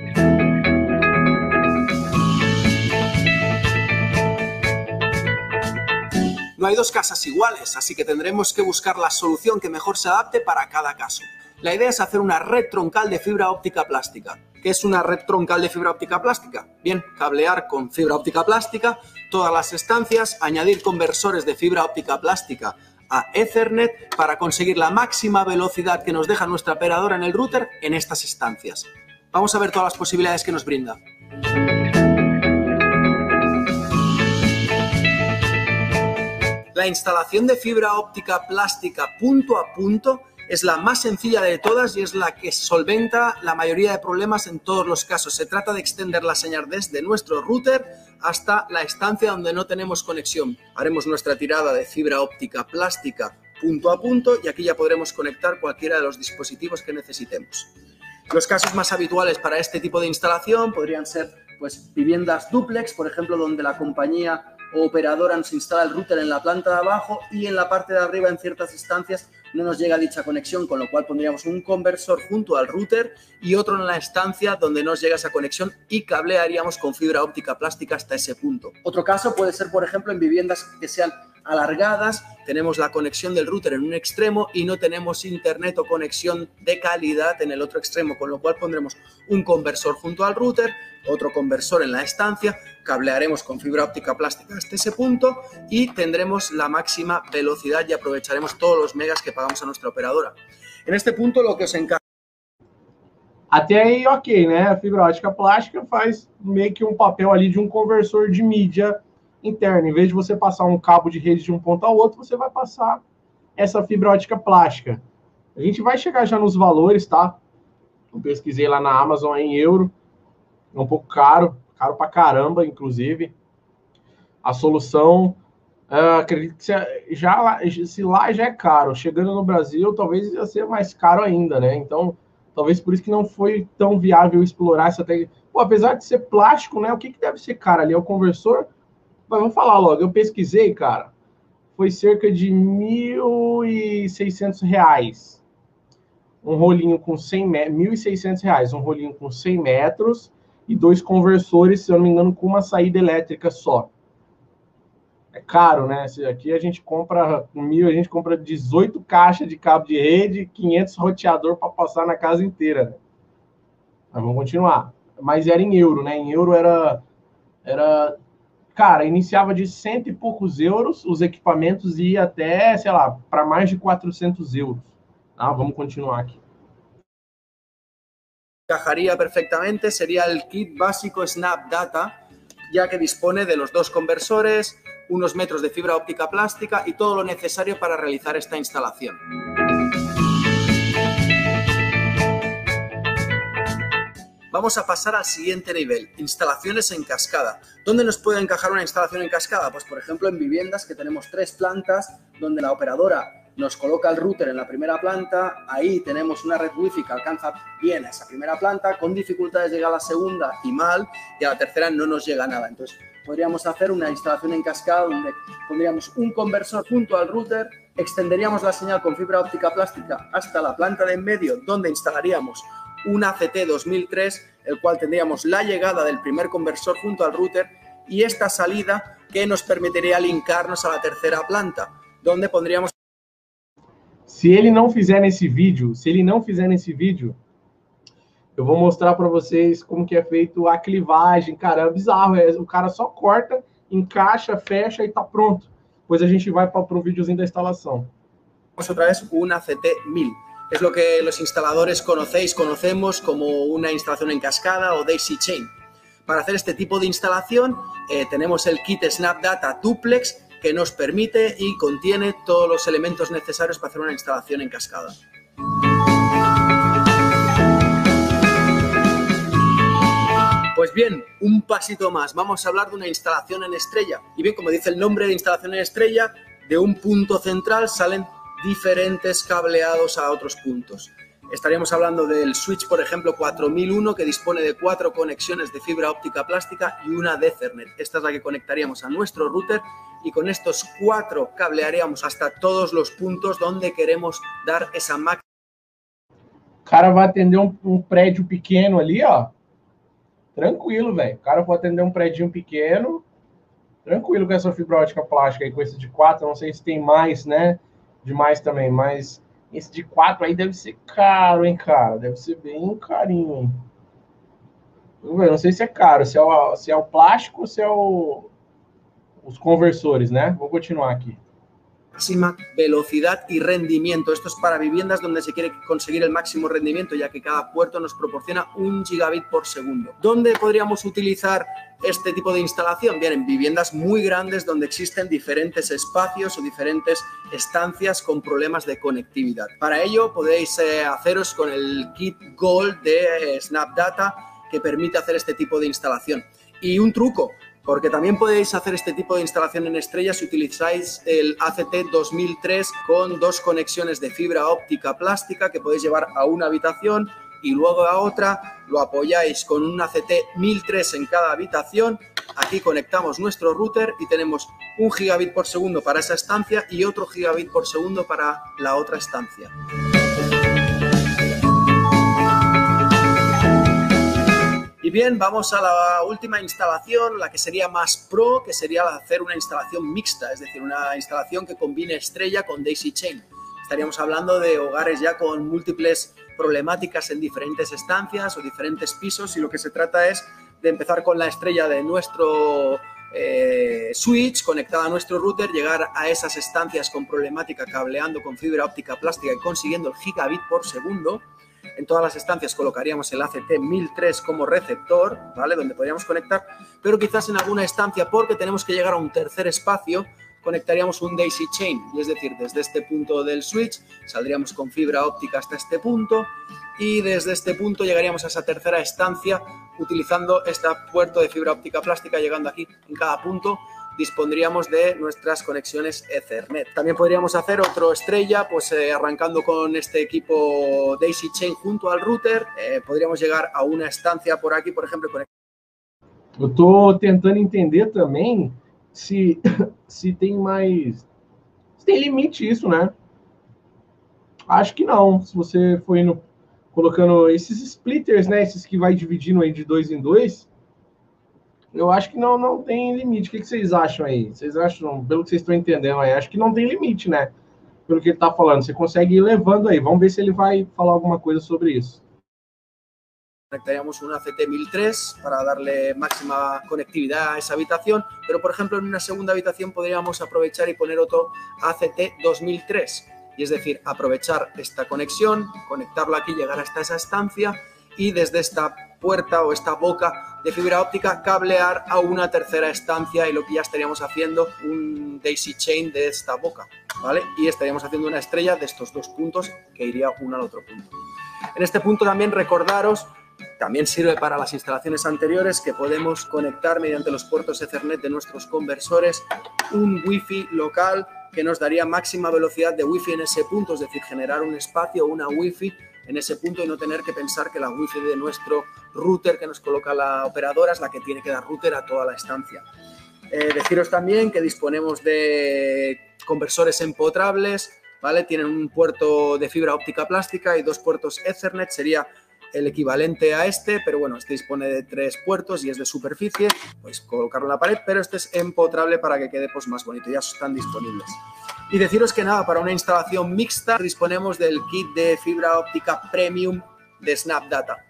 No hay dos casas iguales, así que tendremos que buscar la solución que mejor se adapte para cada caso. La idea es hacer una red troncal de fibra óptica plástica. ¿Qué es una red troncal de fibra óptica plástica? Bien, cablear con fibra óptica plástica todas las estancias, añadir conversores de fibra óptica plástica a Ethernet para conseguir la máxima velocidad que nos deja nuestra operadora en el router en estas estancias. Vamos a ver todas las posibilidades que nos brinda. La instalación de fibra óptica plástica punto a punto es la más sencilla de todas y es la que solventa la mayoría de problemas en todos los casos. Se trata de extender la señal desde nuestro router hasta la estancia donde no tenemos conexión. Haremos nuestra tirada de fibra óptica plástica punto a punto y aquí ya podremos conectar cualquiera de los dispositivos que necesitemos. Los casos más habituales para este tipo de instalación podrían ser pues, viviendas dúplex, por ejemplo, donde la compañía o operadora nos instala el router en la planta de abajo y en la parte de arriba en ciertas estancias no nos llega dicha conexión, con lo cual pondríamos un conversor junto al router y otro en la estancia donde nos llega esa conexión y cablearíamos con fibra óptica plástica hasta ese punto. Otro caso puede ser, por ejemplo, en viviendas que sean alargadas, tenemos la conexión del router en un extremo y no tenemos internet o conexión de calidad en el otro extremo, con lo cual pondremos un conversor junto al router, otro conversor en la estancia, cablearemos con fibra óptica plástica hasta esse punto y tendremos la máxima velocidad y aprovecharemos todos los megas que pagamos a nuestra operadora. En este punto lo que os encarga... Até aí, ok, né? A fibra ótica plástica faz meio que um papel ali de um conversor de mídia interna. Em vez de você passar um cabo de rede de um ponto ao outro, você vai passar essa fibra ótica plástica. A gente vai chegar já nos valores, tá? Eu pesquisei lá na Amazon em euro. É um pouco caro, caro pra caramba, inclusive. A solução, acredito que se lá já é caro, chegando no Brasil, talvez ia ser mais caro ainda, né? Então, talvez por isso que não foi tão viável explorar essa técnica. Pô, apesar de ser plástico, né? O que deve ser caro ali? É o conversor? Mas vamos falar logo, eu pesquisei, cara, foi cerca de R$1.600. Um rolinho com 100 metros, R$1.600, um rolinho com 100 metros e 2 conversores, se eu não me engano, com uma saída elétrica só. É caro, né? Aqui a gente compra, com 1.000, a gente compra 18 caixas de cabo de rede, 500 roteador para passar na casa inteira. Né? Mas vamos continuar. Mas era em euro, né? Em euro era cara, iniciava de 100 e poucos euros os equipamentos e ia até, sei lá, para mais de 400 euros. Ah, vamos continuar aqui. Encajaría perfectamente sería el kit básico Snap Data, ya que dispone de los 2 conversores, unos metros de fibra óptica plástica y todo lo necesario para realizar esta instalación. Vamos a pasar al siguiente nivel, instalaciones en cascada. ¿Dónde nos puede encajar una instalación en cascada? Pues por ejemplo en viviendas que tenemos 3 plantas donde la operadora nos coloca el router en la primera planta, ahí tenemos una red wifi que alcanza bien a esa primera planta, con dificultades llega a la segunda y mal, y a la tercera no nos llega nada. Entonces podríamos hacer una instalación en cascada donde pondríamos un conversor junto al router, extenderíamos la señal con fibra óptica plástica hasta la planta de en medio donde instalaríamos un ACT 2003, el cual tendríamos la llegada del primer conversor junto al router y esta salida que nos permitiría linkarnos a la tercera planta, donde pondríamos... Se ele não fizer nesse vídeo, eu vou mostrar para vocês como que é feito a clivagem. Cara, é bizarro, o cara só corta, encaixa, fecha e tá pronto. Depois a gente vai para o videozinho da instalação. Otra vez un ACT 1000. Es lo que los instaladores conocemos como una instalación en cascada o daisy chain. Para hacer este tipo de instalación tenemos el kit Snap Data Duplex que nos permite y contiene todos los elementos necesarios para hacer una instalación en cascada. Pues bien, un pasito más. Vamos a hablar de una instalación en estrella. Y bien, como dice el nombre de instalación en estrella, de un punto central salen diferentes cableados a otros puntos. Estaríamos hablando del switch, por ejemplo, 4001, que dispone de 4 conexiones de fibra óptica plástica y una de Ethernet. Esta es la que conectaríamos a nuestro router y con estos 4 cablearíamos hasta todos los puntos donde queremos dar esa máxima. O cara vai atender prédio pequeno ali, ó. Tranquilo, velho. O cara vai atender prédio pequeno, tranquilo com essa fibra ótica plástica aí, com esse de 4. Não sei se tem mais, né? Demais também, mas esse de 4 aí deve ser caro, hein, cara? Deve ser bem carinho, hein? Eu não sei se é caro, se é o plástico ou se é os conversores, né? Vou continuar aqui. Máxima velocidad y rendimiento. Esto es para viviendas donde se quiere conseguir el máximo rendimiento, ya que cada puerto nos proporciona 1 gigabit por segundo. ¿Dónde podríamos utilizar este tipo de instalación? Bien, en viviendas muy grandes donde existen diferentes espacios o diferentes estancias con problemas de conectividad. Para ello podéis haceros con el kit Gold de Snap Data, que permite hacer este tipo de instalación. Y un truco, Porque también podéis hacer este tipo de instalación en estrella si utilizáis el ACT 2003 con 2 conexiones de fibra óptica plástica que podéis llevar a una habitación y luego a otra, lo apoyáis con un ACT 1003 en cada habitación. Aquí conectamos nuestro router y tenemos 1 gigabit por segundo para esa estancia y otro gigabit por segundo para la otra estancia. Y bien, vamos a la última instalación, la que sería más pro, que sería hacer una instalación mixta, es decir, una instalación que combine estrella con daisy chain. Estaríamos hablando de hogares ya con múltiples problemáticas en diferentes estancias o diferentes pisos, y lo que se trata es de empezar con la estrella de nuestro switch conectada a nuestro router, llegar a esas estancias con problemática cableando con fibra óptica plástica y consiguiendo el gigabit por segundo. En todas las estancias colocaríamos el ACT 1003 como receptor, ¿vale? Donde podríamos conectar, pero quizás en alguna estancia, porque tenemos que llegar a un tercer espacio, conectaríamos un daisy chain, y es decir, desde este punto del switch saldríamos con fibra óptica hasta este punto y desde este punto llegaríamos a esa tercera estancia utilizando este puerto de fibra óptica plástica. Llegando aquí en cada punto dispondríamos de nuestras conexiones Ethernet. También podríamos hacer otro estrella, pues arrancando con este equipo daisy chain junto al router, podríamos llegar a una estancia por aquí, por ejemplo. Eu estou tentando entender também se tem mais... se tem limite isso, né? Acho que não. Se você for indo, colocando esses splitters, né? Esses que vai dividindo aí de 2 em 2, eu acho que não tem limite. O que vocês acham aí? Vocês acham, pelo que vocês estão entendendo aí, acho que não tem limite, né? Pelo que ele está falando. Você consegue ir levando aí. Vamos ver se ele vai falar alguma coisa sobre isso. Conectaríamos un ACT 1003 para darle máxima conectividad a esa habitación, pero por ejemplo en una segunda habitación podríamos aprovechar y poner otro ACT 2003, y es decir, aprovechar esta conexión, conectarlo aquí, llegar hasta esa estancia y desde esta puerta o esta boca de fibra óptica cablear a una tercera estancia, y lo que ya estaríamos haciendo un daisy chain de esta boca, ¿vale? Y estaríamos haciendo una estrella de estos 2 puntos que iría uno al otro punto. En este punto también recordaros, también sirve para las instalaciones anteriores, que podemos conectar mediante los puertos Ethernet de nuestros conversores un Wi-Fi local que nos daría máxima velocidad de Wi-Fi en ese punto, es decir, generar un espacio o una Wi-Fi en ese punto y no tener que pensar que la Wi-Fi de nuestro router que nos coloca la operadora es la que tiene que dar router a toda la estancia. Deciros también que disponemos de conversores empotrables, ¿vale? Tienen un puerto de fibra óptica plástica y 2 puertos Ethernet, sería el equivalente a este, pero bueno, este dispone de 3 puertos y es de superficie, podéis colocarlo en la pared, pero este es empotrable para que quede pues más bonito, ya están disponibles. Y deciros que nada, para una instalación mixta disponemos del kit de fibra óptica premium de SnapData.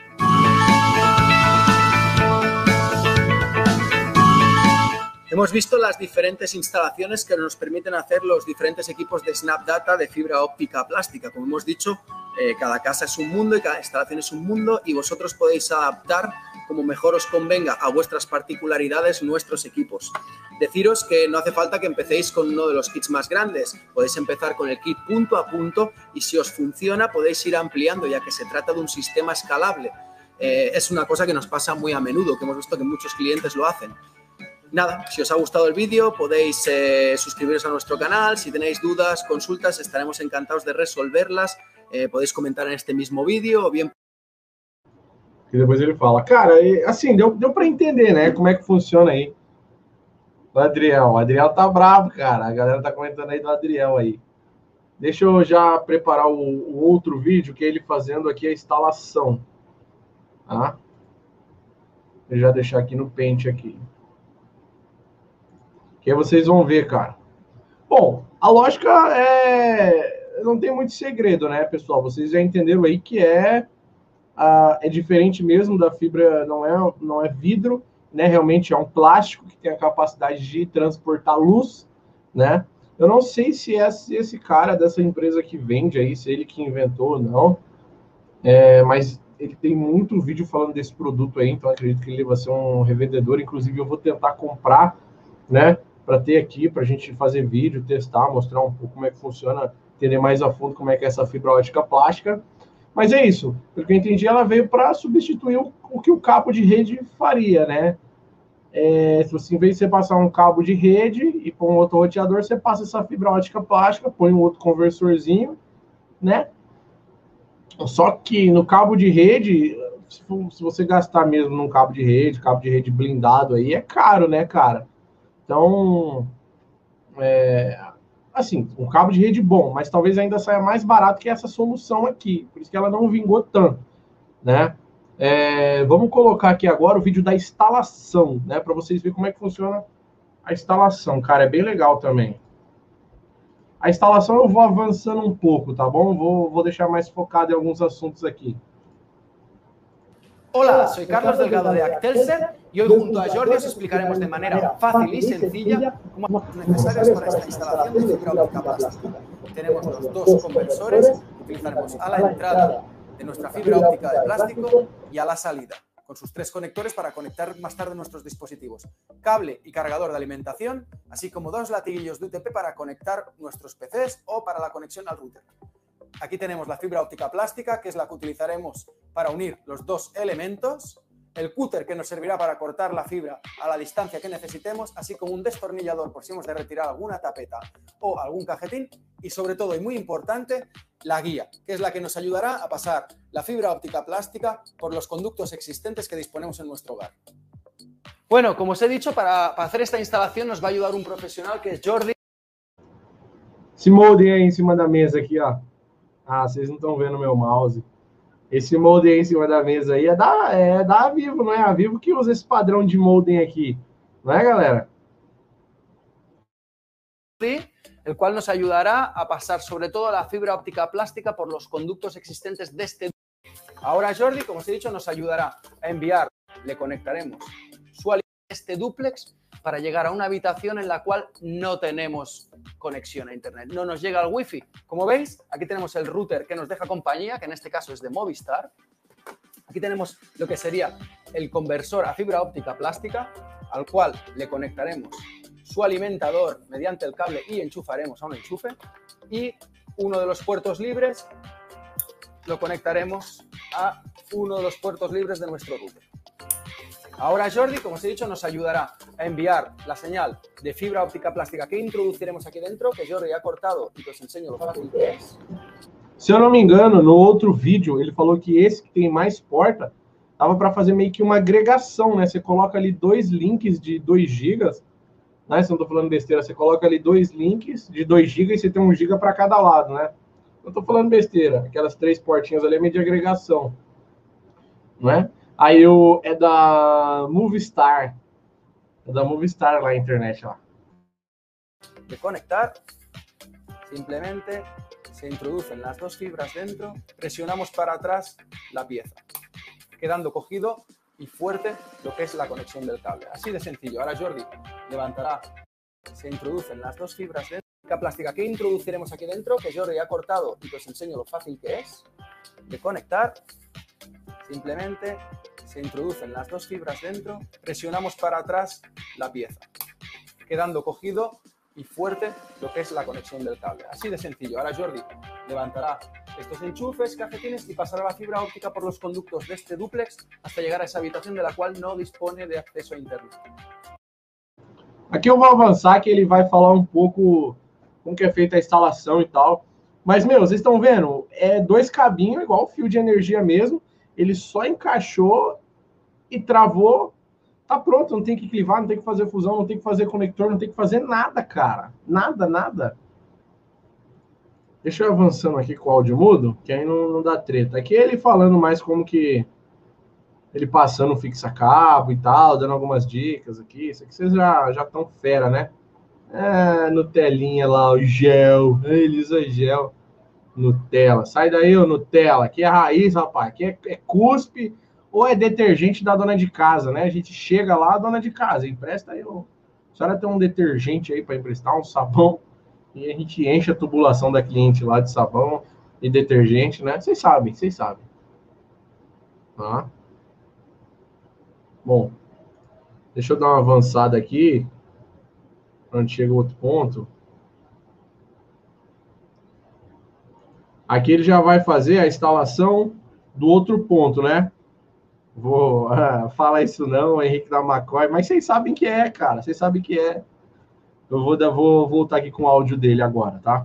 Hemos visto las diferentes instalaciones que nos permiten hacer los diferentes equipos de SnapData de fibra óptica plástica. Como hemos dicho, cada casa es un mundo y cada instalación es un mundo, y vosotros podéis adaptar como mejor os convenga a vuestras particularidades nuestros equipos. Deciros que no hace falta que empecéis con uno de los kits más grandes, podéis empezar con el kit punto a punto y si os funciona podéis ir ampliando, ya que se trata de un sistema escalable. Es una cosa que nos pasa muy a menudo, que hemos visto que muchos clientes lo hacen. Nada, si os ha gustado el vídeo podéis suscribiros a nuestro canal. Si tenéis dudas, consultas, estaremos encantados de resolverlas. Podéis comentar en este mismo vídeo o bien... E depois ele fala, cara, assim, deu para entender, né, como é que funciona aí. O Adriel tá bravo, cara. A galera tá comentando aí do Adriel aí. Deixa eu já preparar o outro vídeo, que é ele fazendo aqui a instalação. Tá? Vou já deixar aqui no Paint aqui. Que aí vocês vão ver, cara. Bom, a lógica não tem muito segredo, né, pessoal? Vocês já entenderam aí que é diferente mesmo da fibra, não é vidro, né? Realmente é um plástico que tem a capacidade de transportar luz, né? Eu não sei se esse cara dessa empresa que vende aí, se ele que inventou ou não, mas ele tem muito vídeo falando desse produto aí, então acredito que ele vai ser um revendedor. Inclusive eu vou tentar comprar, né, para ter aqui, para a gente fazer vídeo, testar, mostrar um pouco como é que funciona, entender mais a fundo como é que é essa fibra ótica plástica. Mas é isso, pelo que eu entendi, ela veio para substituir o que o cabo de rede faria, né? Se você, em vez de você passar um cabo de rede e pôr um outro roteador, você passa essa fibra ótica plástica, põe um outro conversorzinho, né? Só que no cabo de rede, se você gastar mesmo num cabo de rede blindado aí, é caro, né, cara? Então, assim, um cabo de rede bom, mas talvez ainda saia mais barato que essa solução aqui. Por isso que ela não vingou tanto, né? Vamos colocar aqui agora o vídeo da instalação, né? Para vocês verem como é que funciona a instalação. Cara, é bem legal também. A instalação eu vou avançando um pouco, tá bom? Vou deixar mais focado em alguns assuntos aqui. Hola, soy Carlos Delgado de Actelsen y hoy junto a Jordi os explicaremos de manera fácil y sencilla cómo son necesarias para esta instalación de fibra óptica plástica. Tenemos los dos conversores que utilizaremos a la entrada de nuestra fibra óptica de plástico y a la salida, con sus 3 conectores para conectar más tarde nuestros dispositivos, cable y cargador de alimentación, así como 2 latiguillos de UTP para conectar nuestros PCs o para la conexión al router. Aquí tenemos la fibra óptica plástica, que es la que utilizaremos para unir los 2 elementos, el cúter que nos servirá para cortar la fibra a la distancia que necesitemos, así como un destornillador por si hemos de retirar alguna tapeta o algún cajetín y sobre todo, y muy importante, la guía, que es la que nos ayudará a pasar la fibra óptica plástica por los conductos existentes que disponemos en nuestro hogar. Bueno, como os he dicho, para hacer esta instalación nos va a ayudar un profesional que es Jordi. Esse molde aí em cima da mesa aqui, ó. Ah, vocês não estão vendo meu mouse. Esse molde aí em cima da mesa aí é da Vivo, não é? A Vivo que usa esse padrão de molde aqui. Não é, galera? El cual nos ayudará a pasar sobre todo la fibra óptica plástica por los conductos existentes de este. Ahora Jordi, como os he dicho, nos ayudará a enviar, le conectaremos su este dúplex para llegar a una habitación en la cual no tenemos conexión a internet, no nos llega el wifi. Como veis, aquí tenemos el router que nos deja compañía, que en este caso es de Movistar. Aquí tenemos lo que sería el conversor a fibra óptica plástica, al cual le conectaremos su alimentador mediante el cable y enchufaremos a un enchufe, y uno de los puertos libres lo conectaremos a uno de los puertos libres de nuestro router. Ahora Jordi, como os he dicho, nos ayudará a enviar la señal de fibra óptica plástica que introduciremos aquí dentro, que Jordi ha cortado y que os enseño lo fácil que es. Se eu não me engano, no outro vídeo, ele falou que esse que tem mais porta tava para fazer meio que uma agregação, né? Você coloca ali 2 links de 2 GB, né? Se eu não tô falando besteira, você coloca ali 2 links de 2 GB e você tem 1 GB para cada lado, né? Eu tô falando besteira. Aquelas 3 portinhas ali é meio de agregação, não é? Aí é da Movistar. É da Movistar lá na internet, ó. De conectar, simplemente se introducen las 2 fibras dentro, presionamos para atrás la pieza, quedando cogido y fuerte lo que es la conexión del cable. Así de sencillo. Ahora Jordi levantará, se introducen las 2 fibras dentro, la plástica que introduciremos aquí dentro, que Jordi ha cortado y que os enseño lo fácil que es. De conectar, simplemente se introducen las 2 fibras dentro, presionamos para atrás la pieza, quedando cogido y fuerte lo que es la conexión del cable. Así de sencillo. Ahora Jordi levantará estos enchufes, cajetines y pasará la fibra óptica por los conductos de este dúplex hasta llegar a esa habitación de la cual no dispone de acceso a internet. Aqui eu vou avançar que ele vai falar um pouco como que é feita a instalação e tal. Mas, meu, vocês estão vendo? É 2 cabinhos, igual fio de energia mesmo. Ele só encaixou e travou. Tá pronto, não tem que clivar, não tem que fazer fusão, não tem que fazer conector, não tem que fazer nada, cara. Nada, nada. Deixa eu avançando aqui com o áudio mudo, que aí não dá treta. Aqui ele falando mais como que ele passando fixa-cabo e tal, dando algumas dicas aqui. Isso aqui vocês já estão fera, né? Nutelinha lá, o gel. Ele usa gel. Nutella. Sai daí, ô Nutella. Aqui é raiz, rapaz. Aqui é cuspe ou é detergente da dona de casa, né? A gente chega lá, dona de casa, empresta aí. A senhora tem um detergente aí para emprestar, um sabão. E a gente enche a tubulação da cliente lá de sabão e detergente, né? Vocês sabem, vocês sabem. Tá? Bom, deixa eu dar uma avançada aqui. Onde chega o outro ponto. Aqui ele já vai fazer a instalação do outro ponto, né? Fala isso não, Henrique da McCoy, mas vocês sabem que é, cara, vocês sabem que é. Eu vou voltar aqui com o áudio dele agora, tá?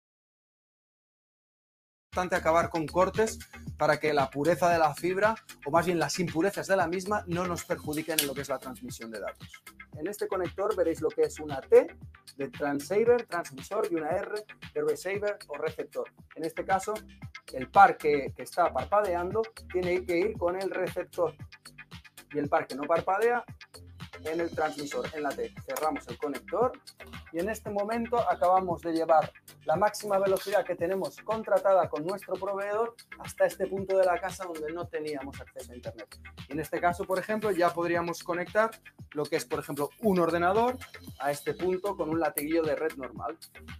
Importante acabar con cortes para que la pureza de la fibra, o más bien las impurezas de la misma, no nos perjudiquen en lo que es la transmisión de datos. En este conector veréis lo que es una T de transceiver, transmisor, y una R de receiver o receptor. En este caso, el par que está parpadeando tiene que ir con el receptor y el par que no parpadea en el transmisor, en la T. Cerramos el conector y en este momento acabamos de llevar la máxima velocidad que tenemos contratada con nuestro proveedor hasta este punto de la casa donde no teníamos acceso a internet. Y en este caso, por ejemplo, ya podríamos conectar lo que es, por ejemplo, un ordenador a este punto con un latiguillo de red normal.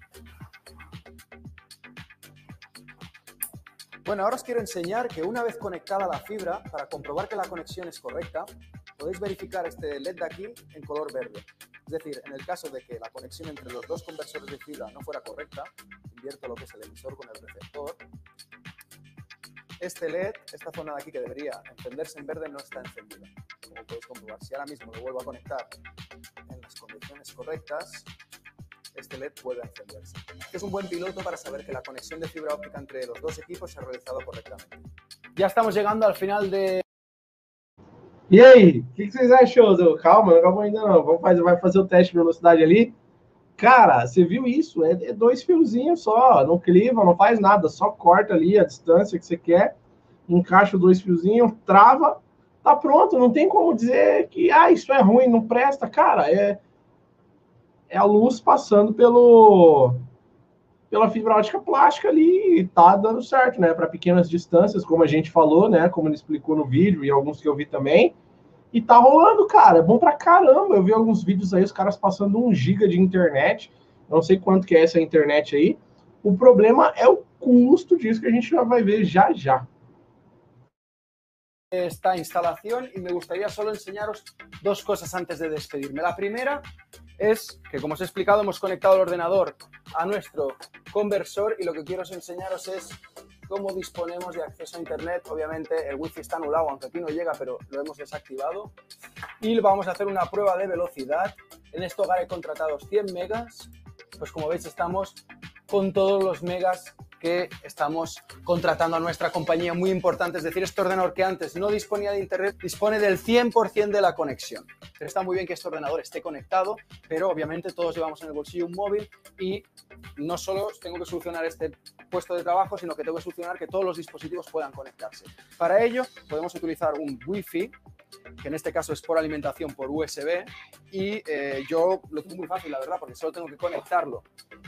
Bueno, ahora os quiero enseñar que una vez conectada la fibra, para comprobar que la conexión es correcta, podéis verificar este LED de aquí en color verde. Es decir, en el caso de que la conexión entre los dos conversores de fibra no fuera correcta, invierto lo que es el emisor con el receptor, este LED, esta zona de aquí que debería encenderse en verde, no está encendida. Como podéis comprobar, si ahora mismo lo vuelvo a conectar en las condiciones correctas, este LED puede encenderse. Este es un buen piloto para saber que la conexión de fibra óptica entre los dos equipos se ha realizado correctamente. Ya estamos llegando al final de... E aí, o que vocês achou? Calma, não acabou ainda não. Vai fazer o teste de velocidade ali. Cara, você viu isso? É 2 fiozinhos só, não cliva, não faz nada, só corta ali a distância que você quer, encaixa 2 fiozinhos, trava, tá pronto. Não tem como dizer que isso é ruim, não presta. Cara, é a luz passando pela fibra ótica plástica ali e tá dando certo, né? Para pequenas distâncias, como a gente falou, né? Como ele explicou no vídeo e alguns que eu vi também. E tá rolando, cara. É bom pra caramba. Eu vi alguns vídeos aí, os caras passando 1 GB de internet. Eu não sei quanto que é essa internet aí. O problema é o custo disso que a gente já vai ver já já. Esta instalación y me gustaría solo enseñaros 2 cosas antes de despedirme. La primera es que, como os he explicado, hemos conectado el ordenador a nuestro conversor y lo que quiero enseñaros es cómo disponemos de acceso a internet. Obviamente el wifi está anulado, aunque aquí no llega, pero lo hemos desactivado. Y vamos a hacer una prueba de velocidad. En este hogar he contratado 100 megas. Pues como veis estamos con todos los megas que estamos contratando a nuestra compañía, muy importante. Es decir, este ordenador que antes no disponía de internet dispone del 100% de la conexión. Pero está muy bien que este ordenador esté conectado, pero obviamente todos llevamos en el bolsillo un móvil y no solo tengo que solucionar este puesto de trabajo, sino que tengo que solucionar que todos los dispositivos puedan conectarse. Para ello podemos utilizar un Wi-Fi, que en este caso es por alimentación por USB, y yo lo tengo muy fácil, la verdad, porque solo tengo que conectarlo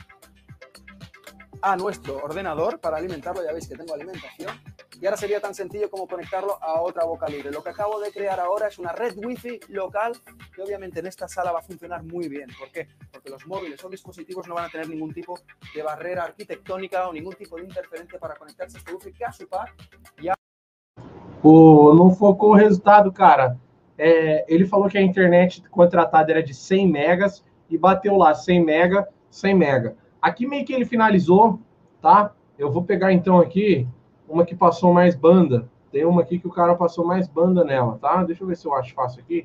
a nuestro ordenador para alimentarlo. Ya veis que tengo alimentación y ahora sería tan sencillo como conectarlo a otra boca libre. Lo que acabo de crear ahora es una red wifi local que obviamente en esta sala va a funcionar muy bien. ¿Por qué? Porque los móviles o dispositivos no van a tener ningún tipo de barrera arquitectónica o ningún tipo de interferencia para conectarse a este wifi, que a su par ya... Não focou o resultado, cara. Ele falou que a internet contratada era de 100 megas e bateu lá 100 mega, 100 mega. Aqui meio que ele finalizou, tá? Eu vou pegar então aqui uma que passou mais banda. Tem uma aqui que o cara passou mais banda nela, tá? Deixa eu ver se eu acho fácil aqui.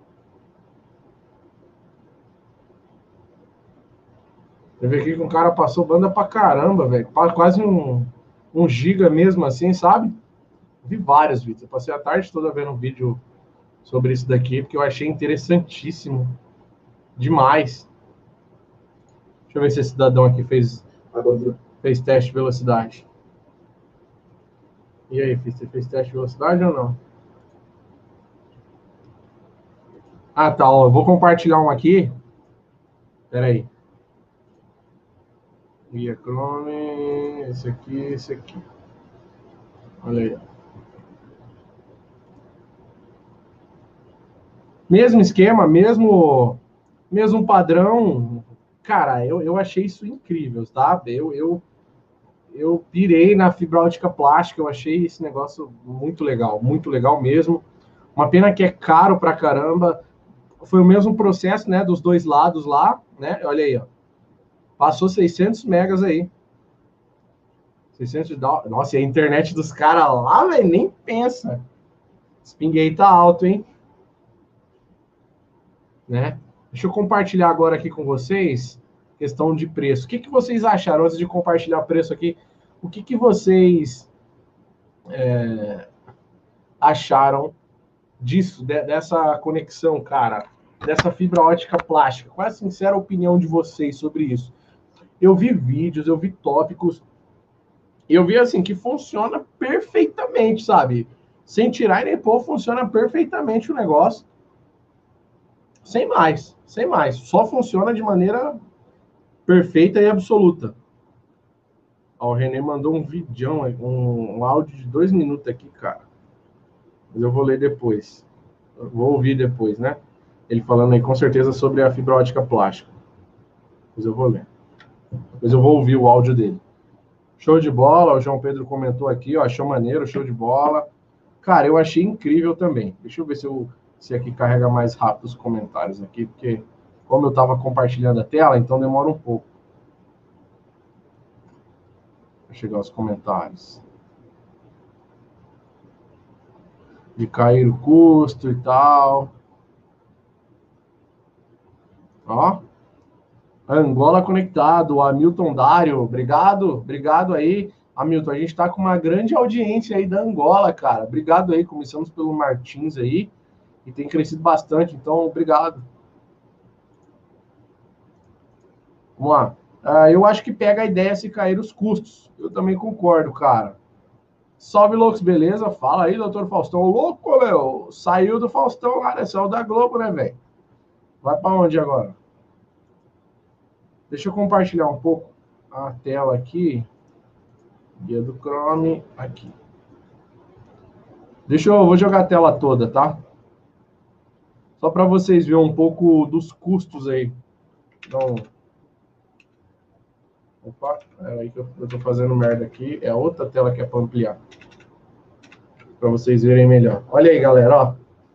Eu vi aqui que um cara passou banda pra caramba, velho. Quase um giga mesmo assim, sabe? Vi vários vídeos. Eu passei a tarde toda vendo um vídeo sobre isso daqui, porque eu achei interessantíssimo. Demais. Deixa eu ver se esse cidadão aqui fez teste de velocidade. E aí, você fez teste de velocidade ou não? Ah, tá. Ó, eu vou compartilhar um aqui. Espera aí. Guia Chrome. Esse aqui, esse aqui. Olha aí. Mesmo esquema, mesmo padrão. Cara, eu achei isso incrível, tá? Eu pirei na fibra ótica plástica, eu achei esse negócio muito legal mesmo. Uma pena que é caro pra caramba. Foi o mesmo processo, né, dos dois lados lá, né? Olha aí, ó. Passou 600 megas aí. 600 Nossa, e a internet dos caras lá, velho, nem pensa. Spinguei tá alto, hein? Né? Deixa eu compartilhar agora aqui com vocês questão de preço. O que, que vocês acharam antes de compartilhar preço aqui? O que, que vocês acharam disso, dessa conexão, cara? Dessa fibra ótica plástica? Qual é a sincera opinião de vocês sobre isso? Eu vi vídeos, eu vi tópicos, eu vi assim que funciona perfeitamente, sabe? Sem tirar e nem pôr, funciona perfeitamente o negócio. Sem mais, sem mais. Só funciona de maneira perfeita e absoluta. Ó, o René mandou um vídeo, um áudio de 2 minutos aqui, cara. Mas eu vou ler depois. Eu vou ouvir depois, né? Ele falando aí com certeza sobre a fibra ótica plástica. Depois eu vou ler. Depois eu vou ouvir o áudio dele. Show de bola, o João Pedro comentou aqui, ó, achou maneiro, show de bola. Cara, eu achei incrível também. Deixa eu ver se aqui carrega mais rápido os comentários aqui, porque como eu estava compartilhando a tela, então demora um pouco para chegar os comentários. De cair o custo e tal. Ó. Angola conectado, o Hamilton Dário, obrigado aí. Hamilton, a gente está com uma grande audiência aí da Angola, cara. Obrigado aí, começamos pelo Martins aí, e tem crescido bastante, então obrigado. Vamos lá. Eu acho que pega a ideia se cair os custos. Eu também concordo, cara. Salve, loucos, beleza? Fala aí, doutor Faustão. Louco, meu! Saiu do Faustão lá, né? Saiu da Globo, né, velho? Vai para onde agora? Deixa eu compartilhar um pouco a tela aqui. Guia do Chrome, aqui. Vou jogar a tela toda, tá? Só para vocês verem um pouco dos custos aí. Então, opa, aí que eu tô fazendo merda aqui. É a outra tela que é para ampliar. Para vocês verem melhor. Olha aí, galera, ó.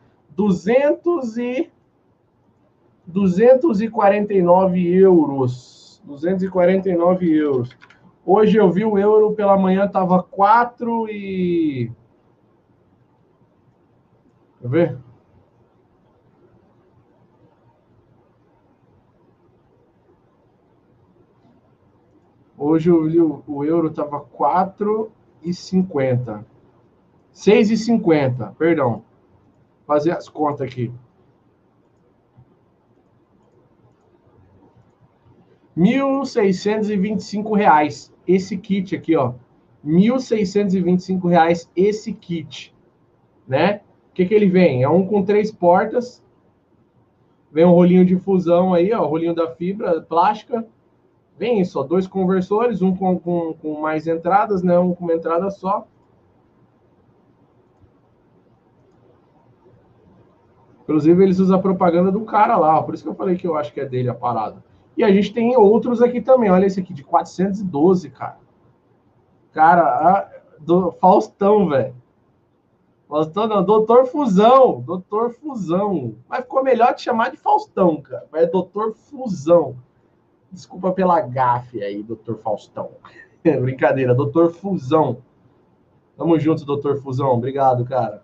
249 euros. 249 euros. Hoje eu vi o euro pela manhã, tava 4 e... Quer ver? Hoje eu vi o euro tava 4,50. 6,50, perdão. Fazer as contas aqui. R$1.625. Esse kit aqui, ó. R$1.625 esse kit, né? O que ele vem? É um com 3 portas. Vem um rolinho de fusão aí, ó, o rolinho da fibra plástica. Vem isso, ó, 2 conversores, um com mais entradas, né? Um com uma entrada só. Inclusive, eles usam a propaganda do cara lá, ó, por isso que eu falei que eu acho que é dele a parada. E a gente tem outros aqui também, olha esse aqui, de 412, cara. Cara, do Faustão, velho. Faustão não, Doutor Fusão. Doutor Fusão. Mas ficou melhor te chamar de Faustão, cara. É Doutor Fusão. Desculpa pela gafe aí, Doutor Faustão. Brincadeira, Doutor Fusão. Tamo junto, Doutor Fusão. Obrigado, cara.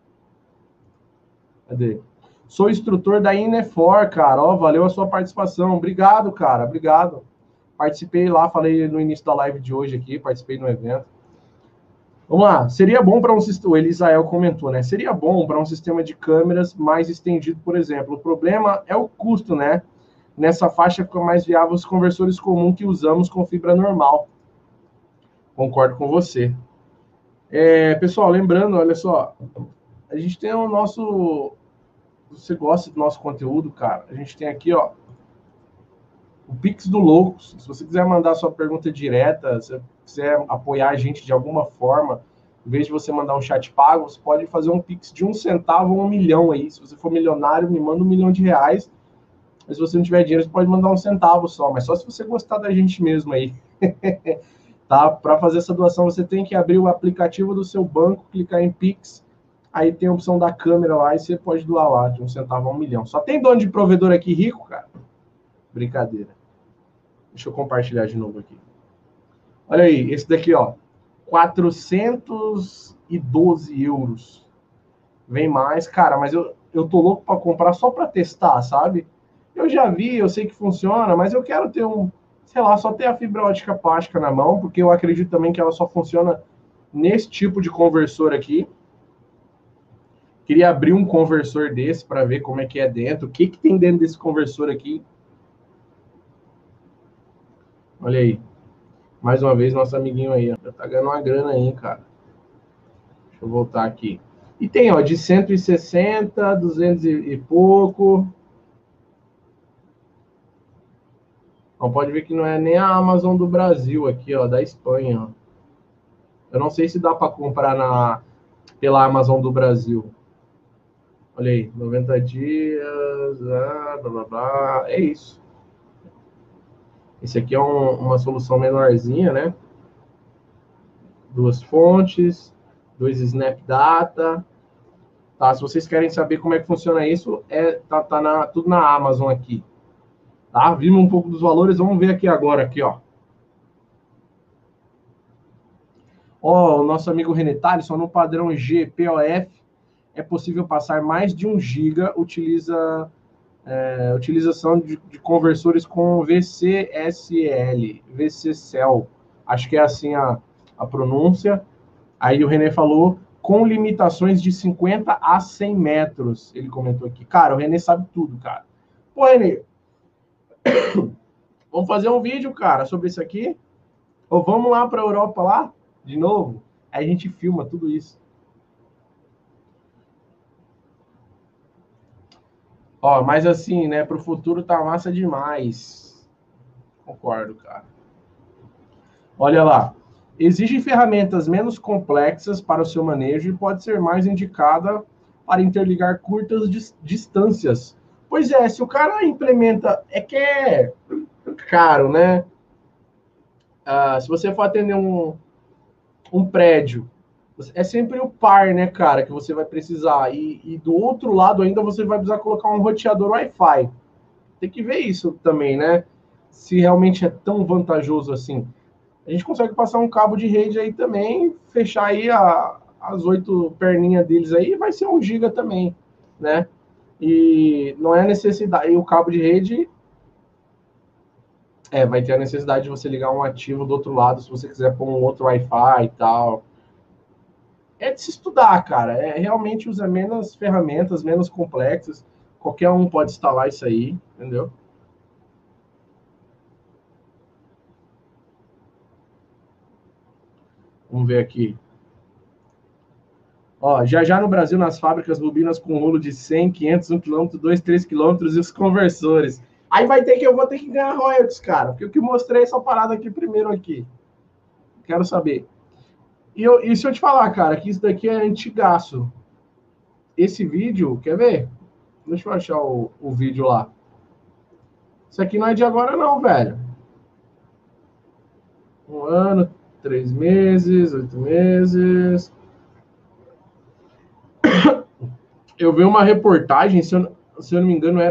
Cadê? Sou instrutor da Inefor, cara. Ó, valeu a sua participação. Obrigado, cara. Obrigado. Participei lá, falei no início da live de hoje aqui, participei no evento. Vamos lá. Seria bom para um sistema... O Elisael comentou, né? Seria bom para um sistema de câmeras mais estendido, por exemplo. O problema é o custo, né? Nessa faixa fica mais viável os conversores comuns que usamos com fibra normal. Concordo com você. Pessoal, lembrando, olha só. A gente tem o nosso... Se você gosta do nosso conteúdo, cara, a gente tem aqui, ó, o Pix do Loucos. Se você quiser mandar sua pergunta direta, se você quiser apoiar a gente de alguma forma, em vez de você mandar um chat pago, você pode fazer um Pix de 1 centavo ou 1 milhão aí. Se você for milionário, me manda R$1 milhão. Mas se você não tiver dinheiro, você pode mandar 1 centavo só. Mas só se você gostar da gente mesmo aí. Tá? Para fazer essa doação, você tem que abrir o aplicativo do seu banco, clicar em Pix. Aí tem a opção da câmera lá e você pode doar lá, de 1 centavo a 1 milhão. Só tem dono de provedor aqui rico, cara? Brincadeira. Deixa eu compartilhar de novo aqui. Olha aí, esse daqui, ó. 412 euros. vem mais. Cara, mas eu tô louco para comprar só para testar, sabe? Eu já vi, eu sei que funciona, mas eu quero ter sei lá, só ter a fibra ótica plástica na mão, porque eu acredito também que ela só funciona nesse tipo de conversor aqui. Queria abrir um conversor desse para ver como é que é dentro, o que tem dentro desse conversor aqui. Olha aí. Mais uma vez, nosso amiguinho aí, ó. Já tá ganhando uma grana aí, cara. Deixa eu voltar aqui. E tem, ó, de 160, 200 e pouco. Então pode ver que não é nem a Amazon do Brasil aqui, ó, da Espanha, ó. Eu não sei se dá para comprar pela Amazon do Brasil. Olha aí, 90 dias, blá, blá, blá. É isso. Esse aqui é uma solução menorzinha, né? 2 fontes, 2 Snap Data. Tá, se vocês querem saber como é que funciona isso, tá tudo na Amazon aqui. Tá? Vimos um pouco dos valores, vamos ver aqui agora, aqui, ó. Ó, o nosso amigo René Thaleson, no padrão GPOF, é possível passar mais de 1 GB, utilização de conversores com VCSL, VCSEL, acho que é assim a pronúncia. Aí o René falou, com limitações de 50 a 100 metros, ele comentou aqui. Cara, o René sabe tudo, cara. Pô, René, vamos fazer um vídeo, cara, sobre isso aqui? Ou vamos lá para a Europa lá, de novo? Aí a gente filma tudo isso. Ó, mas assim, né, pro futuro tá massa demais. Concordo, cara. Olha lá. Exigem ferramentas menos complexas para o seu manejo e pode ser mais indicada para interligar curtas distâncias. Pois é, se o cara implementa... É que é caro, né? Se você for atender um prédio, é sempre o par, né, cara, que você vai precisar. E do outro lado ainda você vai precisar colocar um roteador Wi-Fi. Tem que ver isso também, né? Se realmente é tão vantajoso assim. A gente consegue passar um cabo de rede aí também, fechar aí as 8 perninhas deles aí, vai ser 1 giga também, né? E não é necessidade. E o cabo de rede vai ter a necessidade de você ligar um ativo do outro lado, se você quiser pôr um outro Wi-Fi e tal. É de se estudar, cara. Realmente usa menos ferramentas, menos complexas. Qualquer um pode instalar isso aí, entendeu? Vamos ver aqui. Ó, já no Brasil, nas fábricas, bobinas com rolo de 100, 500, 1 km, 2, 3 km e os conversores. Aí eu vou ter que ganhar royalties, cara, porque eu que mostrei essa parada aqui primeiro aqui. Quero saber. E se eu te falar, cara, que isso daqui é antigaço. Esse vídeo, quer ver? Deixa eu achar o vídeo lá. Isso aqui não é de agora não, velho. 1 ano, 3 meses, 8 meses. Eu vi uma reportagem, se eu não me engano,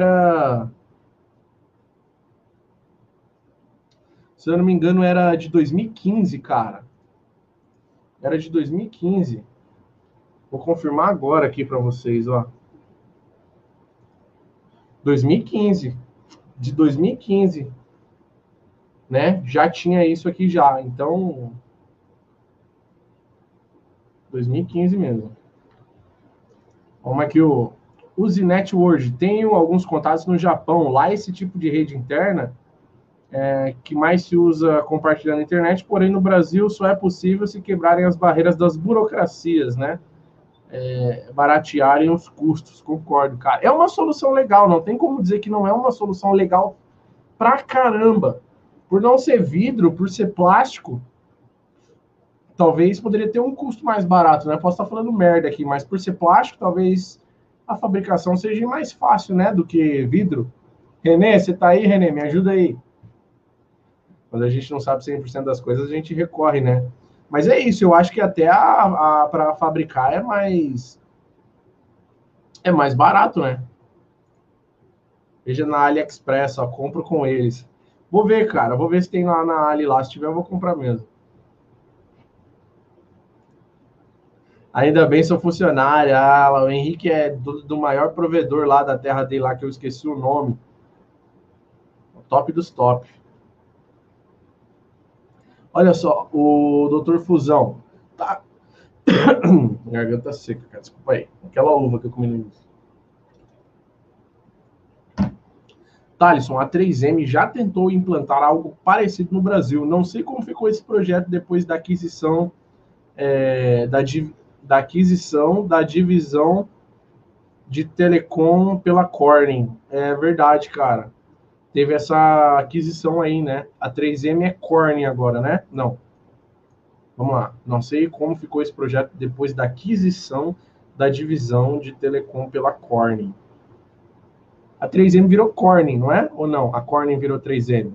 era de 2015, cara. Era de 2015. Vou confirmar agora aqui para vocês, ó. 2015. De 2015. Né? Já tinha isso aqui já. Então, 2015 mesmo. Vamos aqui o Use Network. Tenho alguns contatos no Japão. Lá esse tipo de rede interna que mais se usa compartilhando a internet, porém no Brasil só é possível se quebrarem as barreiras das burocracias, né? Baratearem os custos, concordo, cara. É uma solução legal, não tem como dizer que não é uma solução legal pra caramba. Por não ser vidro, por ser plástico, talvez poderia ter um custo mais barato, né? Posso estar falando merda aqui, mas por ser plástico, talvez a fabricação seja mais fácil, né, do que vidro. Renê, você tá aí, Renê? Me ajuda aí. Quando a gente não sabe 100% das coisas, a gente recorre, né? Mas é isso, eu acho que até para fabricar é mais barato, né? Veja na AliExpress, ó, compro com eles. Vou ver, cara, vou ver se tem lá na Ali lá, se tiver eu vou comprar mesmo. Ainda bem, sou funcionário. Ah, o Henrique é do maior provedor lá da terra dele, lá que eu esqueci o nome. O top dos top. Olha só, o Dr. Fusão. Tá. Garganta seca, cara. Desculpa aí. Aquela uva que eu comi no início. Thalisson, a 3M já tentou implantar algo parecido no Brasil. Não sei como ficou esse projeto depois da aquisição da aquisição da divisão de telecom pela Corning. É verdade, cara. Teve essa aquisição aí, né? A 3M é Corning agora, né? Não. Vamos lá. Não sei como ficou esse projeto depois da aquisição da divisão de telecom pela Corning. A 3M virou Corning, não é? Ou não? A Corning virou 3M?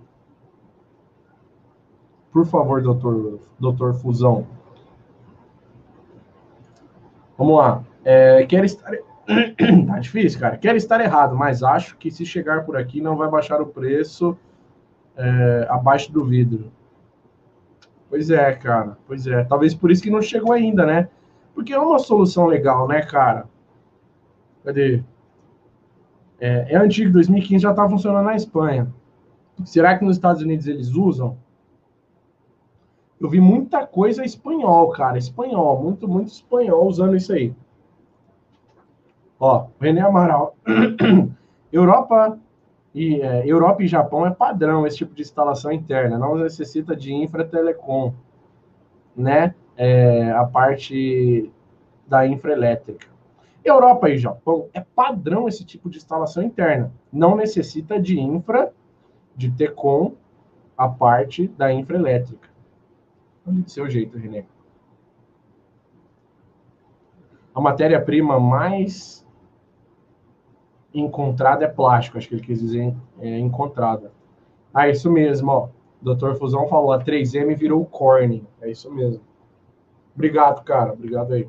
Por favor, doutor Fusão. Vamos lá. Quero estar... Tá difícil, cara. Quero estar errado, mas acho que se chegar por aqui não vai baixar o preço abaixo do vidro. Pois é, cara. Pois é. Talvez por isso que não chegou ainda, né? Porque é uma solução legal, né, cara? Cadê? É antigo, 2015 já tá funcionando na Espanha. Será que nos Estados Unidos eles usam? Eu vi muita coisa espanhol, cara. Espanhol. Muito, muito espanhol usando isso aí. Ó, René Amaral. Europa e Japão é padrão esse tipo de instalação interna. Não necessita de infra-telecom, né? A parte da infraelétrica. Europa e Japão é padrão esse tipo de instalação interna. Não necessita de de TECOM, a parte da infraelétrica. Do seu jeito, René. A matéria-prima mais encontrada é plástico. Acho que ele quis dizer encontrada. Ah, isso mesmo, ó. O Dr. Fusão falou, a 3M virou o Corning. É isso mesmo. Obrigado, cara. Obrigado aí.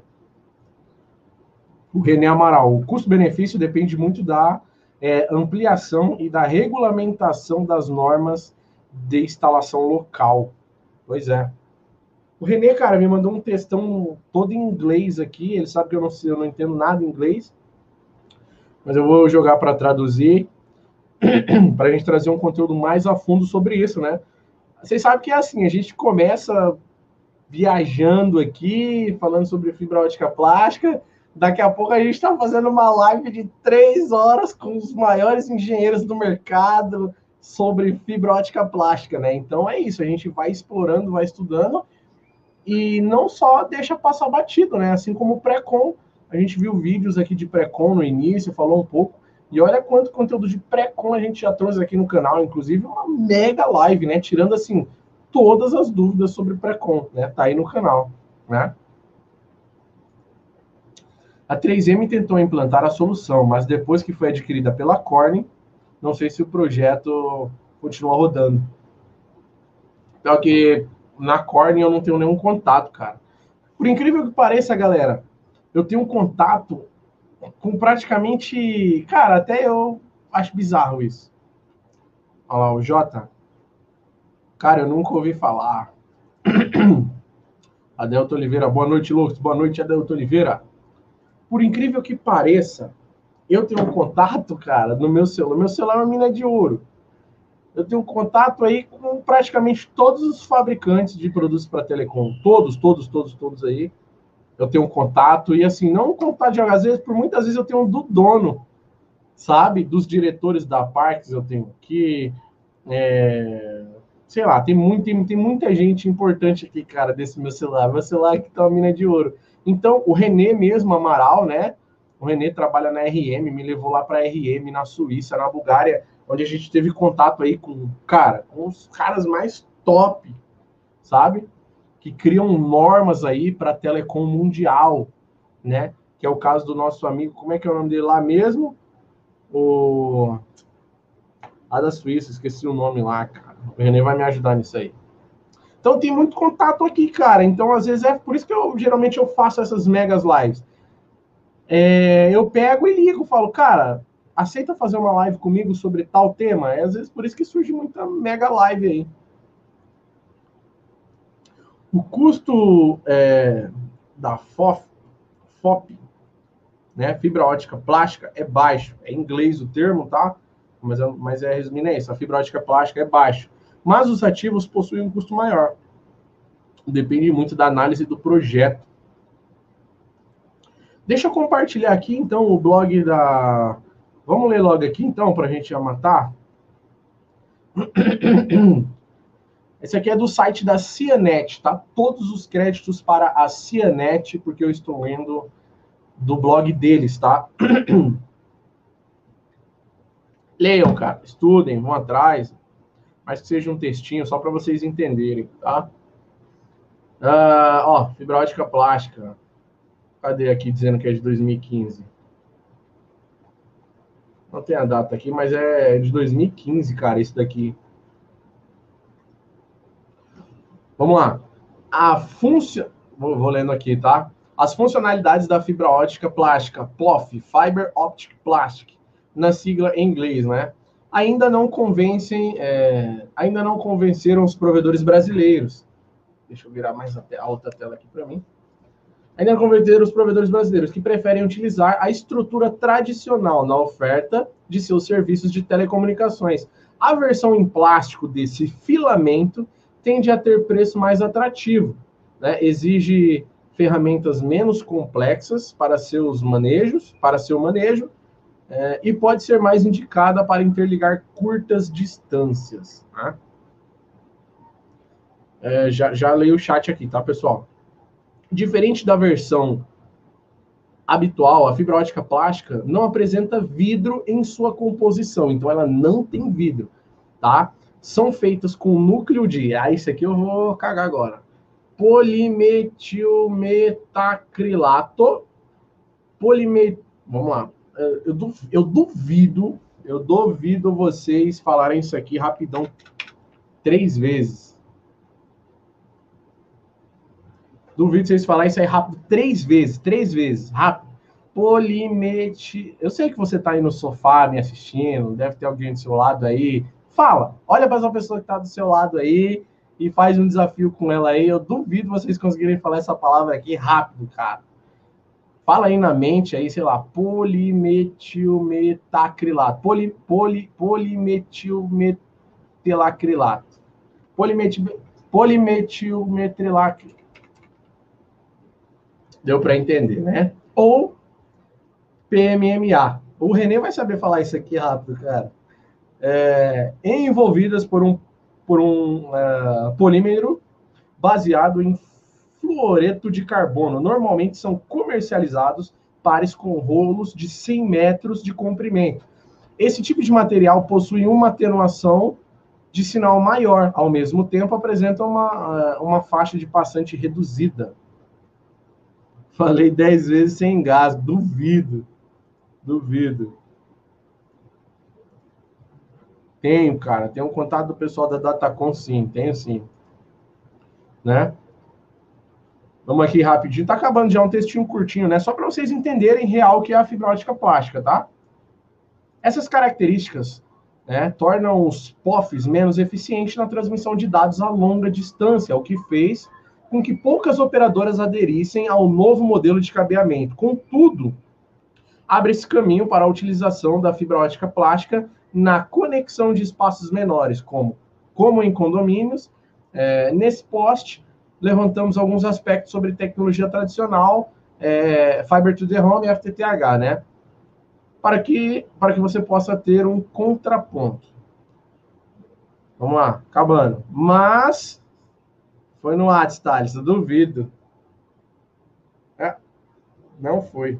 O René Amaral. O custo-benefício depende muito da ampliação e da regulamentação das normas de instalação local. Pois é. O René, cara, me mandou um textão todo em inglês aqui. Ele sabe que eu não entendo nada em inglês. Mas eu vou jogar para traduzir, para a gente trazer um conteúdo mais a fundo sobre isso, né? Vocês sabem que é assim, a gente começa viajando aqui, falando sobre fibra ótica plástica. Daqui a pouco a gente está fazendo uma live de 3 horas com os maiores engenheiros do mercado sobre fibra ótica plástica, né? Então é isso, a gente vai explorando, vai estudando e não só deixa passar batido, né? Assim como o pré-com, a gente viu vídeos aqui de pré-com no início, falou um pouco, e olha quanto conteúdo de pré-com a gente já trouxe aqui no canal, inclusive uma mega live, né? Tirando, assim, todas as dúvidas sobre pré-com, né? Tá aí no canal, né? A 3M tentou implantar a solução, mas depois que foi adquirida pela Corning, não sei se o projeto continua rodando. Então, que na Corning eu não tenho nenhum contato, cara. Por incrível que pareça, galera, eu tenho um contato com praticamente... Cara, até eu acho bizarro isso. Olha lá, o Jota. Cara, eu nunca ouvi falar. Adelto Oliveira, boa noite, Lucas. Boa noite, Adelto Oliveira. Por incrível que pareça, eu tenho um contato, cara, no meu celular. Meu celular é uma mina de ouro. Eu tenho um contato aí com praticamente todos os fabricantes de produtos para telecom. Todos aí. Eu tenho um contato, e assim, não um contato de às vezes, por muitas vezes eu tenho um do dono, sabe? Dos diretores da Parques eu tenho aqui. Sei lá, tem muita gente importante aqui, cara, desse meu celular. Meu celular aqui tá uma mina de ouro. Então, o René mesmo, Amaral, né? O René trabalha na RM, me levou lá para RM, na Suíça, na Bulgária, onde a gente teve contato aí com os caras mais top, sabe? Que criam normas aí para telecom mundial, né? Que é o caso do nosso amigo, como é que é o nome dele lá mesmo? Da Suíça, esqueci o nome lá, cara. O René vai me ajudar nisso aí. Então tem muito contato aqui, cara. Então, às vezes, é por isso que geralmente eu faço essas megas lives. Eu pego e ligo, falo, cara, aceita fazer uma live comigo sobre tal tema? Às vezes por isso que surge muita mega live aí. O custo da FOP, né? Fibra ótica plástica é baixo. É em inglês o termo, tá? Mas resumindo é isso. A fibra ótica plástica é baixo. Mas os ativos possuem um custo maior. Depende muito da análise do projeto. Deixa eu compartilhar aqui, então, o blog da... Vamos ler logo aqui, então, para a gente já matar. Esse aqui é do site da Cianet, tá? Todos os créditos para a Cianet, porque eu estou lendo do blog deles, tá? Leiam, cara. Estudem, vão atrás. Mas que seja um textinho, só para vocês entenderem, tá? Ó, fibra ótica plástica. Cadê aqui dizendo que é de 2015? Não tem a data aqui, mas é de 2015, cara, esse daqui. Vamos lá. Vou lendo aqui, tá? As funcionalidades da fibra ótica plástica, POF, Fiber Optic Plastic, na sigla em inglês, né? Ainda não convenceram os provedores brasileiros. Deixa eu virar mais a outra tela aqui para mim. Ainda não convenceram os provedores brasileiros que preferem utilizar a estrutura tradicional na oferta de seus serviços de telecomunicações. A versão em plástico desse filamento tende a ter preço mais atrativo, né? Exige ferramentas menos complexas para seu manejo, e pode ser mais indicada para interligar curtas distâncias, né? Já leio o chat aqui, tá, pessoal? Diferente da versão habitual, a fibra ótica plástica não apresenta vidro em sua composição, então ela não tem vidro, tá? São feitas com núcleo de... isso aqui eu vou cagar agora. Polimetilmetacrilato. Vamos lá. Eu duvido vocês falarem isso aqui rapidão 3 vezes. Duvido vocês falarem isso aí rápido 3 vezes, rápido. Eu sei que você tá aí no sofá me assistindo, deve ter alguém do seu lado aí. Fala, olha para essa pessoa que tá do seu lado aí e faz um desafio com ela aí. Eu duvido vocês conseguirem falar essa palavra aqui rápido, cara. Fala aí na mente aí, sei lá, polimetilmetacrilato. Polimetilmetelacrilato. Polimetilmetrilacrilato. Deu para entender, né? Ou PMMA. O Renê vai saber falar isso aqui rápido, cara. Envolvidas por um polímero baseado em fluoreto de carbono. Normalmente são comercializados pares com rolos de 100 metros de comprimento. Esse tipo de material possui uma atenuação de sinal maior. Ao mesmo tempo, apresenta uma faixa de passante reduzida. Falei 10 vezes sem gás. Duvido. Tenho, cara. Tenho um contato do pessoal da Datacom, sim. Tenho, sim. Né? Vamos aqui rapidinho. Tá acabando já um textinho curtinho, né? Só para vocês entenderem real o que é a fibra ótica plástica, tá? Essas características, né, tornam os POFs menos eficientes na transmissão de dados a longa distância, o que fez com que poucas operadoras aderissem ao novo modelo de cabeamento. Contudo, abre esse caminho para a utilização da fibra ótica plástica na conexão de espaços menores, como em condomínios. Nesse post, levantamos alguns aspectos sobre tecnologia tradicional, Fiber to the Home e FTTH, né? Para que você possa ter um contraponto. Vamos lá, acabando. Mas foi no WhatsApp, Thales, eu duvido. Não foi.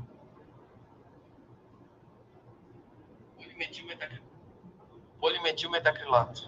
Polimetilmetacrilato.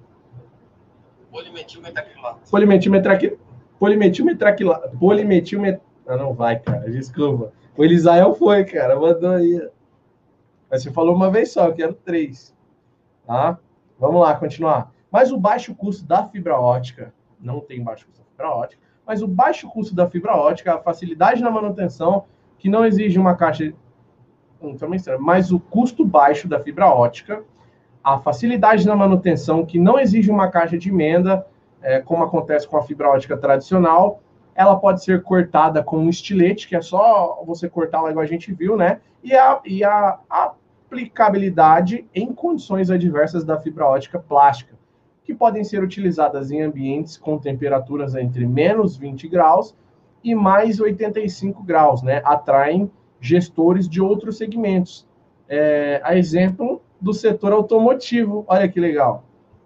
Não vai, cara. Desculpa. O Elisael foi, cara. Mandou aí. Mas você falou uma vez só, eu quero 3. Tá? Vamos lá, continuar. Mas o baixo custo da fibra ótica, não tem baixo custo da fibra ótica, mas o baixo custo da fibra ótica, a facilidade na manutenção, que não exige uma caixa... Mas o custo baixo da fibra ótica, a facilidade na manutenção, que não exige uma caixa de emenda, como acontece com a fibra ótica tradicional, ela pode ser cortada com um estilete, que é só você cortar lá igual a gente viu, né? E a aplicabilidade em condições adversas da fibra ótica plástica, que podem ser utilizadas em ambientes com temperaturas entre menos 20 graus e mais 85 graus, né? Atraem gestores de outros segmentos. A exemplo do setor automotivo. Olha que legal.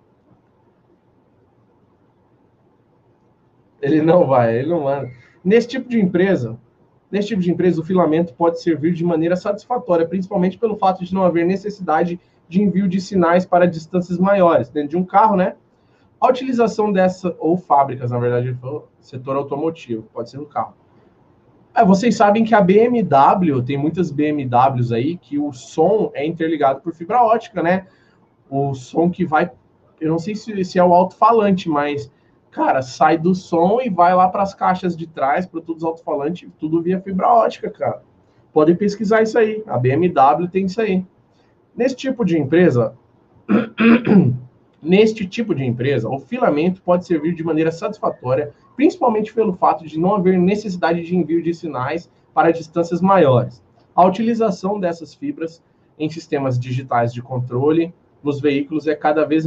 Ele não manda. Nesse tipo de empresa, o filamento pode servir de maneira satisfatória, principalmente pelo fato de não haver necessidade de envio de sinais para distâncias maiores. Dentro de um carro, né? A utilização dessa, ou fábricas, na verdade, setor automotivo, pode ser um carro. Vocês sabem que a BMW, tem muitas BMWs aí, que o som é interligado por fibra ótica, né? O som que vai, eu não sei se é o alto-falante, mas, cara, sai do som e vai lá para as caixas de trás, para todos os alto-falantes, tudo via fibra ótica, cara. Podem pesquisar isso aí, a BMW tem isso aí. Nesse tipo de empresa, o filamento pode servir de maneira satisfatória, principalmente pelo fato de não haver necessidade de envio de sinais para distâncias maiores. A utilização dessas fibras em sistemas digitais de controle nos veículos é cada vez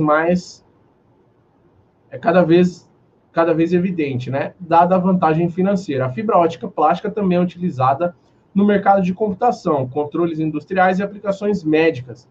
evidente, né? Dada a vantagem financeira. A fibra ótica plástica também é utilizada no mercado de computação, controles industriais e aplicações médicas.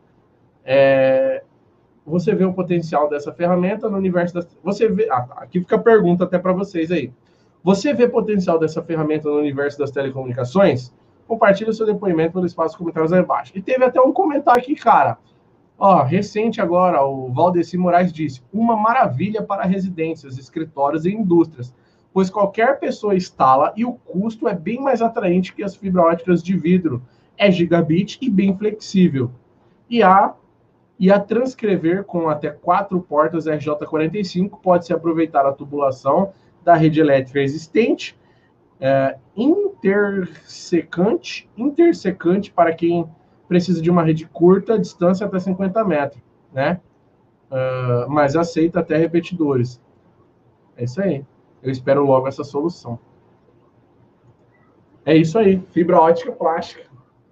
Você vê o potencial dessa ferramenta no universo das... aqui fica a pergunta até para vocês aí. Você vê potencial dessa ferramenta no universo das telecomunicações? Compartilhe o seu depoimento no espaço de comentários aí embaixo. E teve até um comentário aqui, cara. Recente agora, o Valdeci Moraes disse: uma maravilha para residências, escritórios e indústrias, pois qualquer pessoa instala e o custo é bem mais atraente que as fibras óticas de vidro. É gigabit e bem flexível. E a transcrever com até 4 portas RJ45, pode-se aproveitar a tubulação da rede elétrica existente, intersecante para quem precisa de uma rede curta, distância até 50 metros, né? Mas aceita até repetidores. É isso aí. Eu espero logo essa solução. É isso aí. Fibra ótica plástica.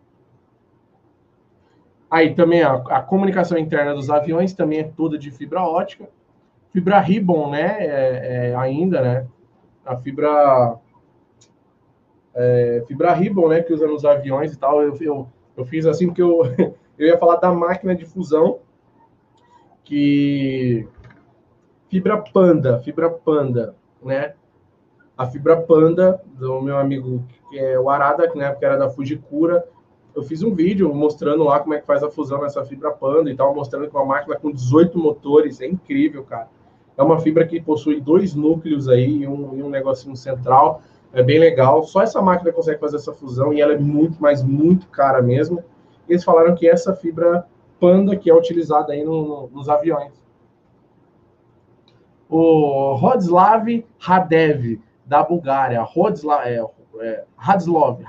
Aí também a comunicação interna dos aviões também é toda de fibra ótica. Fibra Ribbon, né? Ainda, né? A fibra Ribbon, né? Que usa nos aviões e tal. Eu fiz assim porque eu ia falar da máquina de fusão, que fibra Panda, né? A fibra Panda do meu amigo, que é o Arada, que na época era da Fujikura. Eu fiz um vídeo mostrando lá como é que faz a fusão nessa fibra Panda e tal, mostrando que uma máquina com 18 motores, é incrível, cara. É uma fibra que possui 2 núcleos aí e um negocinho central, é bem legal. Só essa máquina consegue fazer essa fusão e ela é muito, mas muito cara mesmo. E eles falaram que essa fibra Panda que é utilizada aí nos aviões. O Rodislav Radev, da Bulgária. Radoslav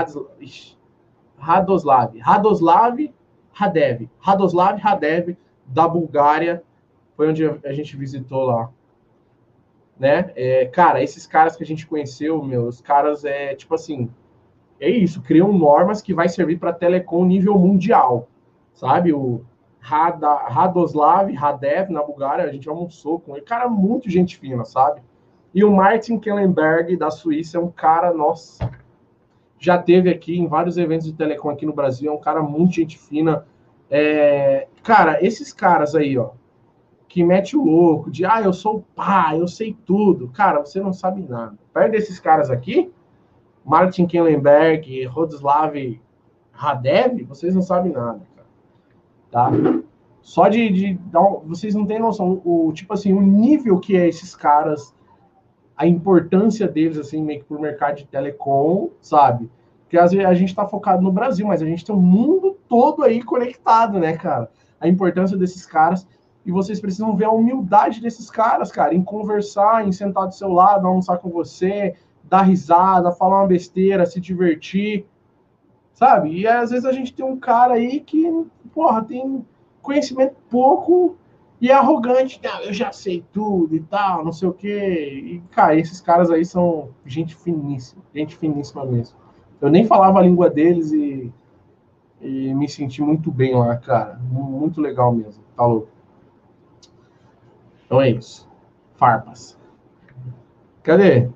Radev, da Bulgária, foi onde a gente visitou lá, né? Cara, esses caras que a gente conheceu, os caras tipo assim, é isso, criam normas que vai servir para telecom nível mundial, sabe? O Radoslav Radev, na Bulgária, a gente almoçou com ele, cara, muito gente fina, sabe? E o Martin Kellenberg, da Suíça, é um cara, nossa... Já teve aqui em vários eventos de telecom aqui no Brasil, é um cara muito gente fina. Cara, esses caras aí, ó, que mete o louco, de, eu sou o pai, eu sei tudo. Cara, você não sabe nada. Perto desses caras aqui, Martin Kellenberg, Rodislav Radev, vocês não sabem nada, cara. Tá? Só vocês não têm noção, tipo assim, o nível que é esses caras, a importância deles, assim, meio que pro mercado de telecom, sabe? Porque às vezes a gente tá focado no Brasil, mas a gente tem o mundo todo aí conectado, né, cara? A importância desses caras, e vocês precisam ver a humildade desses caras, cara, em conversar, em sentar do seu lado, almoçar com você, dar risada, falar uma besteira, se divertir, sabe? E às vezes a gente tem um cara aí que, porra, tem conhecimento pouco E é arrogante, tá? Eu já sei tudo e tal, não sei o quê. E, cara, esses caras aí são gente finíssima mesmo. Eu nem falava a língua deles e me senti muito bem lá, cara. Muito legal mesmo, tá louco? Então é isso. Farpas. Cadê?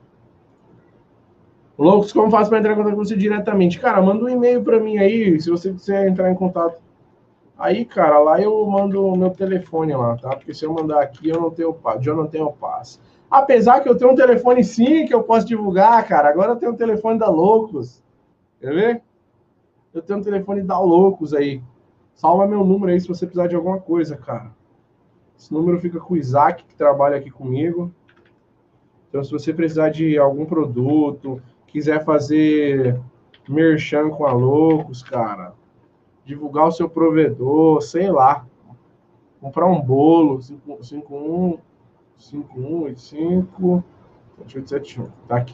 Loucos, como faço para entrar em contato com você diretamente? Cara, manda um e-mail para mim aí, se você quiser entrar em contato. Aí, cara, lá eu mando o meu telefone lá, tá? Porque se eu mandar aqui, eu não tenho passe. Apesar que eu tenho um telefone sim que eu posso divulgar, cara. Agora eu tenho um telefone da Loucos. Quer ver? Eu tenho um telefone da Loucos aí. Salva meu número aí se você precisar de alguma coisa, cara. Esse número fica com o Isaac, que trabalha aqui comigo. Então, se você precisar de algum produto, quiser fazer merchan com a Loucos, cara, divulgar o seu provedor, sei lá, comprar um bolo, 5185-7871, tá aqui.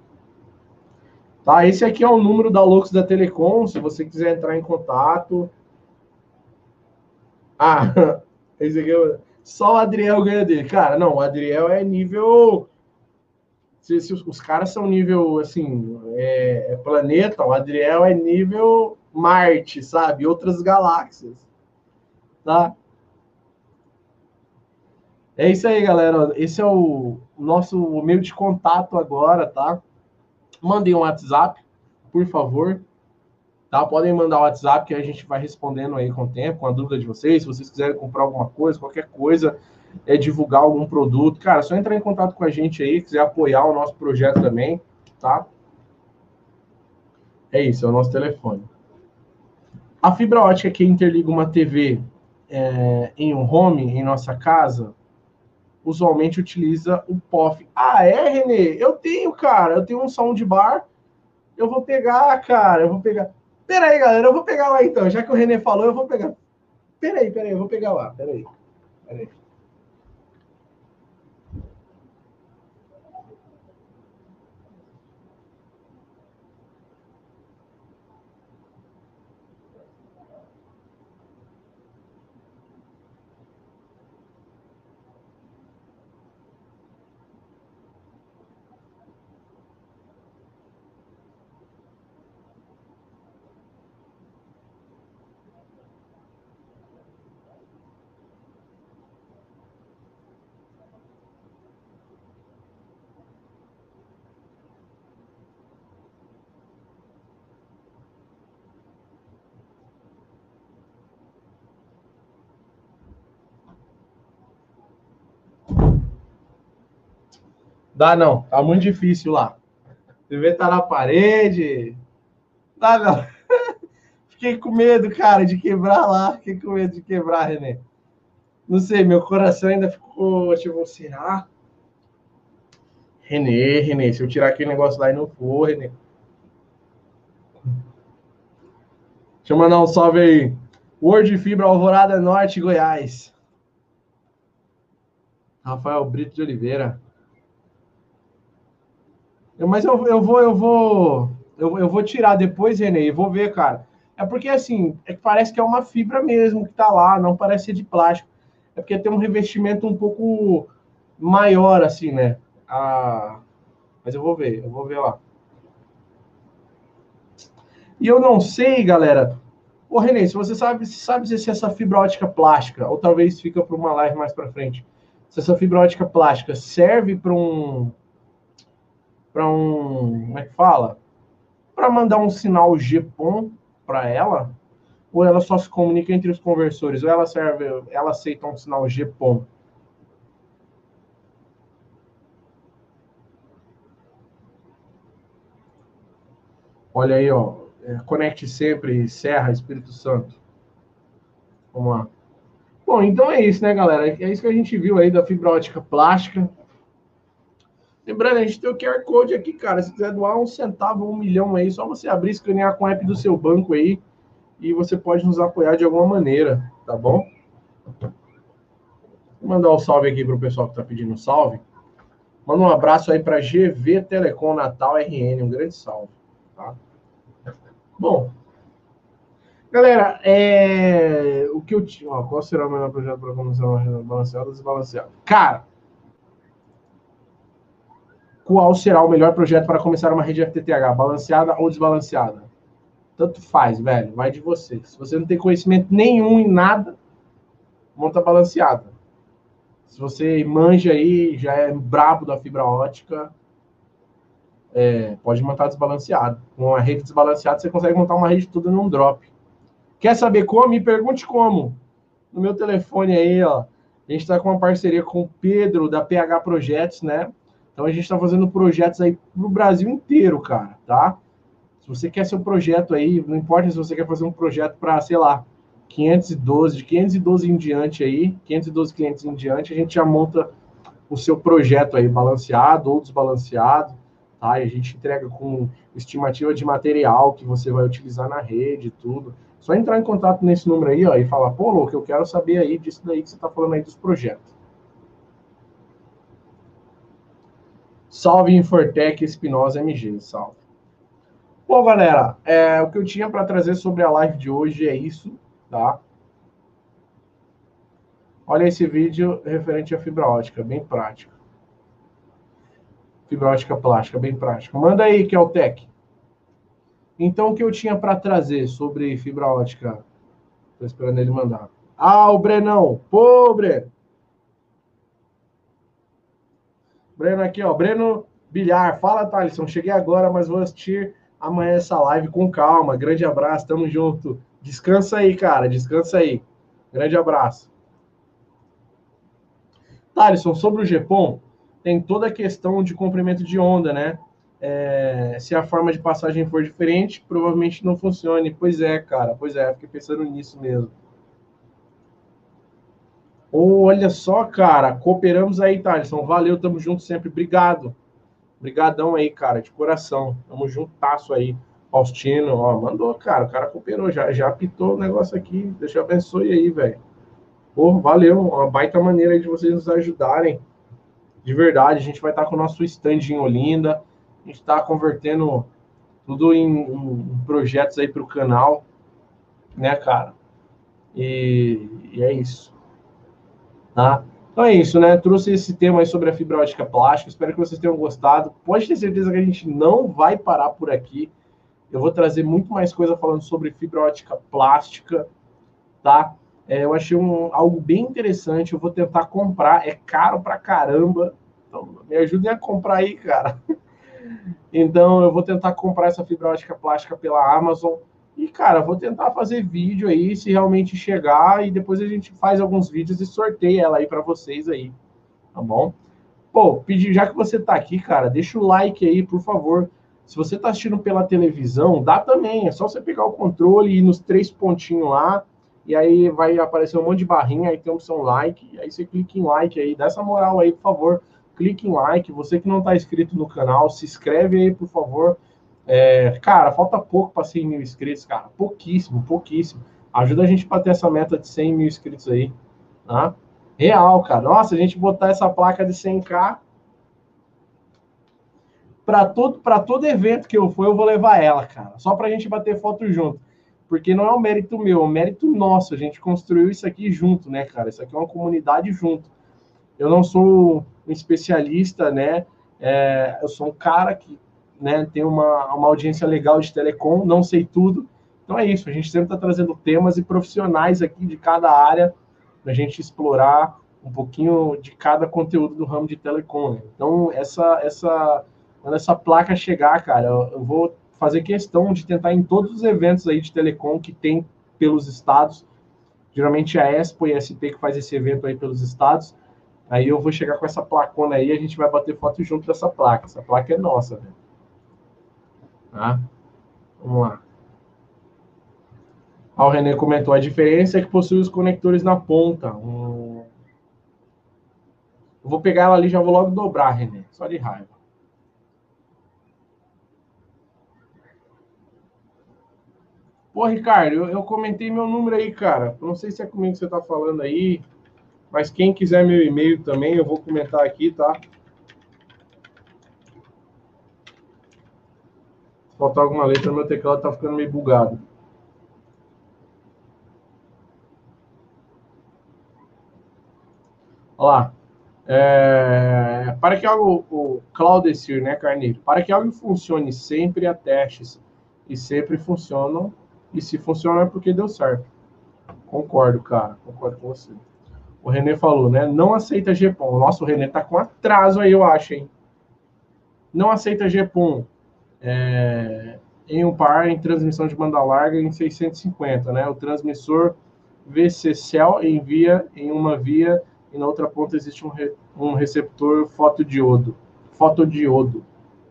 Tá, esse aqui é o número da Loucos da Telecom, se você quiser entrar em contato. Ah, esse aqui só o Adriel ganha dele. Cara, não, o Adriel é nível... Se os caras são nível, assim, planeta, o Adriel é nível Marte, sabe? Outras galáxias, tá? É isso aí, galera. Esse é o nosso meio de contato agora, tá? Mandem um WhatsApp, por favor, tá? Podem mandar o WhatsApp que a gente vai respondendo aí com o tempo, com a dúvida de vocês. Se vocês quiserem comprar alguma coisa, qualquer coisa, divulgar algum produto, cara, é só entrar em contato com a gente aí, quiser apoiar o nosso projeto também, tá? É isso, é o nosso telefone. A fibra ótica que interliga uma TV em um home, em nossa casa, usualmente utiliza o POF. Ah, é, Renê? Eu tenho, cara. Eu tenho um soundbar. Eu vou pegar, cara. Eu vou pegar. Pera aí, galera. Eu vou pegar lá, então. Já que o Renê falou, eu vou pegar. Pera aí. Eu vou pegar lá. Pera aí. Dá não. Tá muito difícil lá. A TV tá na parede. Dá não. Fiquei com medo, cara, de quebrar lá. Fiquei com medo de quebrar, Renê. Não sei, meu coração ainda ficou, tipo, será? Renê, se eu tirar aquele negócio lá e não for, Renê. Deixa eu mandar um salve aí. Word Fibra, Alvorada Norte, Goiás. Rafael Brito de Oliveira. Mas eu vou tirar depois, Renê, e vou ver, cara. É porque, assim, parece que é uma fibra mesmo que tá lá, não parece ser de plástico. É porque tem um revestimento um pouco maior, assim, né? Mas eu vou ver lá. E eu não sei, galera. Ô, Renê, se você sabe se essa fibra ótica plástica, ou talvez fica para uma live mais para frente, se essa fibra ótica plástica serve para como é que fala? Para mandar um sinal GPON para ela, ou ela só se comunica entre os conversores, ou ela aceita um sinal GPON. Olha aí, ó. Conecte sempre, Serra, Espírito Santo. Vamos lá. Bom, então é isso, né, galera? É isso que a gente viu aí da fibra ótica plástica. Lembrando, a gente tem o QR Code aqui, cara. Se quiser doar 1 centavo ou 1 milhão aí, só você abrir e escanear com o app do seu banco aí e você pode nos apoiar de alguma maneira, tá bom? Vou mandar um salve aqui pro pessoal que tá pedindo um salve. Manda um abraço aí para GV Telecom Natal RN, um grande salve, tá? Bom, Galera, o que eu tinha... Qual será o melhor projeto para começar uma rede balanceada ou desbalanceada? Cara, qual será o melhor projeto para começar uma rede FTTH? Balanceada ou desbalanceada? Tanto faz, velho. Vai de você. Se você não tem conhecimento nenhum em nada, monta balanceada. Se você manja aí, já é brabo da fibra ótica, pode montar desbalanceado. Com uma rede desbalanceada, você consegue montar uma rede toda num drop. Quer saber como? Me pergunte como. No meu telefone aí, ó. A gente está com uma parceria com o Pedro, da PH Projetos, né? Então, a gente está fazendo projetos aí pro Brasil inteiro, cara, tá? Se você quer seu projeto aí, não importa se você quer fazer um projeto para, sei lá, 512, de 512 em diante aí, 512 clientes em diante, a gente já monta o seu projeto aí, balanceado ou desbalanceado, tá? E a gente entrega com estimativa de material que você vai utilizar na rede e tudo. Só entrar em contato nesse número aí, ó, e falar, pô, louco, eu quero saber aí disso daí que você tá falando aí dos projetos. Salve Infortec Espinosa MG, salve. Bom, galera, o que eu tinha para trazer sobre a live de hoje é isso, tá? Olha esse vídeo referente à fibra ótica, bem prático. Fibra ótica plástica, bem prático. Manda aí, Keltec. Então, o que eu tinha para trazer sobre fibra ótica? Estou esperando ele mandar. Ah, o Brenão. Pô, Breno. Breno aqui, ó. Breno Bilhar. Fala, Thalisson. Cheguei agora, mas vou assistir amanhã essa live com calma. Grande abraço, tamo junto. Descansa aí, cara. Descansa aí. Grande abraço. Thalisson, sobre o GPON, tem toda a questão de comprimento de onda, né? Se a forma de passagem for diferente, provavelmente não funcione. Pois é, cara. Pois é, fiquei pensando nisso mesmo. Olha só, cara. Cooperamos aí, Thalisson. Valeu, tamo junto sempre. Obrigado. Obrigadão aí, cara, de coração. Tamo juntasso aí. Faustino, ó, mandou, cara. O cara cooperou, já apitou o negócio aqui. Deus te abençoe aí, velho. Pô, valeu. Uma baita maneira aí de vocês nos ajudarem. De verdade, a gente vai estar com o nosso stand em Olinda. A gente está convertendo tudo em projetos aí para o canal, né, cara? E é isso, tá? Então é isso, né? Trouxe esse tema aí sobre a fibra ótica plástica. Espero que vocês tenham gostado. Pode ter certeza que a gente não vai parar por aqui. Eu vou trazer muito mais coisa falando sobre fibra ótica plástica, tá? Eu achei algo bem interessante. Eu vou tentar comprar. É caro pra caramba. Então, me ajudem a comprar aí, cara. Então, eu vou tentar comprar essa fibra ótica plástica pela Amazon. E, cara, vou tentar fazer vídeo aí, se realmente chegar. E depois a gente faz alguns vídeos e sorteia ela aí para vocês aí. Tá bom? Pô, pedir, já que você tá aqui, cara, deixa o like aí, por favor. Se você tá assistindo pela televisão, dá também. É só você pegar o controle e ir nos 3 pontinhos lá. E aí vai aparecer um monte de barrinha, aí tem a opção like. Aí você clica em like aí. Dá essa moral aí, por favor. Clique em like. Você que não está inscrito no canal, se inscreve aí, por favor. Cara, falta pouco para 100 mil inscritos, cara. Pouquíssimo, pouquíssimo. Ajuda a gente a bater essa meta de 100 mil inscritos aí, tá? Real, cara. Nossa, a gente botar essa placa de 100K para todo evento que eu for, eu vou levar ela, cara. Só pra gente bater foto junto. Porque não é um mérito meu, é um mérito nosso. A gente construiu isso aqui junto, né, cara? Isso aqui é uma comunidade junto. Eu não sou um especialista, né? Eu sou um cara que, né, tem uma audiência legal de telecom, não sei tudo. Então é isso, a gente sempre está trazendo temas e profissionais aqui de cada área para a gente explorar um pouquinho de cada conteúdo do ramo de telecom. Né? Então, quando essa placa chegar, cara, eu vou fazer questão de tentar em todos os eventos aí de telecom que tem pelos estados. Geralmente é a Expo e a SP que faz esse evento aí pelos estados. Aí eu vou chegar com essa placona aí e a gente vai bater foto junto dessa placa. Essa placa é nossa, velho. Tá? Vamos lá. O René comentou, a diferença é que possui os conectores na ponta. Eu vou pegar ela ali e já vou logo dobrar, René. Só de raiva. Pô, Ricardo, eu comentei meu número aí, cara. Não sei se é comigo que você tá falando aí, mas quem quiser meu e-mail também, eu vou comentar aqui, tá? Se faltar alguma letra, meu teclado tá ficando meio bugado. Olha lá. Para que algo, o Claudecir, né, Carneiro? Para que algo funcione sempre há testes e sempre funcionam, e se funciona é porque deu certo. Concordo, cara, concordo com você. O René falou, né? Não aceita GPON. Nossa, o René tá com atraso aí, eu acho, hein? Não aceita GPON em um par em transmissão de banda larga em 650, né? O transmissor VCCell envia em uma via e na outra ponta existe um receptor fotodiodo. Fotodiodo.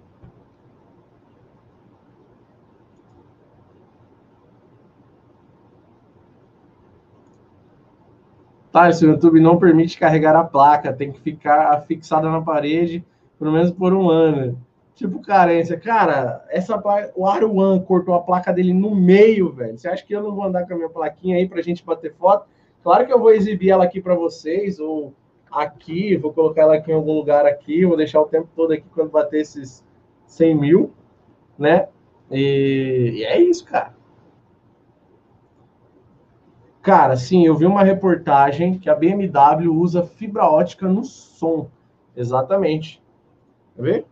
Tá, esse YouTube não permite carregar a placa, tem que ficar fixada na parede pelo menos por um ano. Tipo, carência. Cara, o Aruan cortou a placa dele no meio, velho. Você acha que eu não vou andar com a minha plaquinha aí pra gente bater foto? Claro que eu vou exibir ela aqui para vocês, ou aqui, vou colocar ela aqui em algum lugar aqui, vou deixar o tempo todo aqui quando bater esses 100 mil, né? E é isso, cara. Cara, sim, eu vi uma reportagem que a BMW usa fibra ótica no som. Exatamente. Quer ver?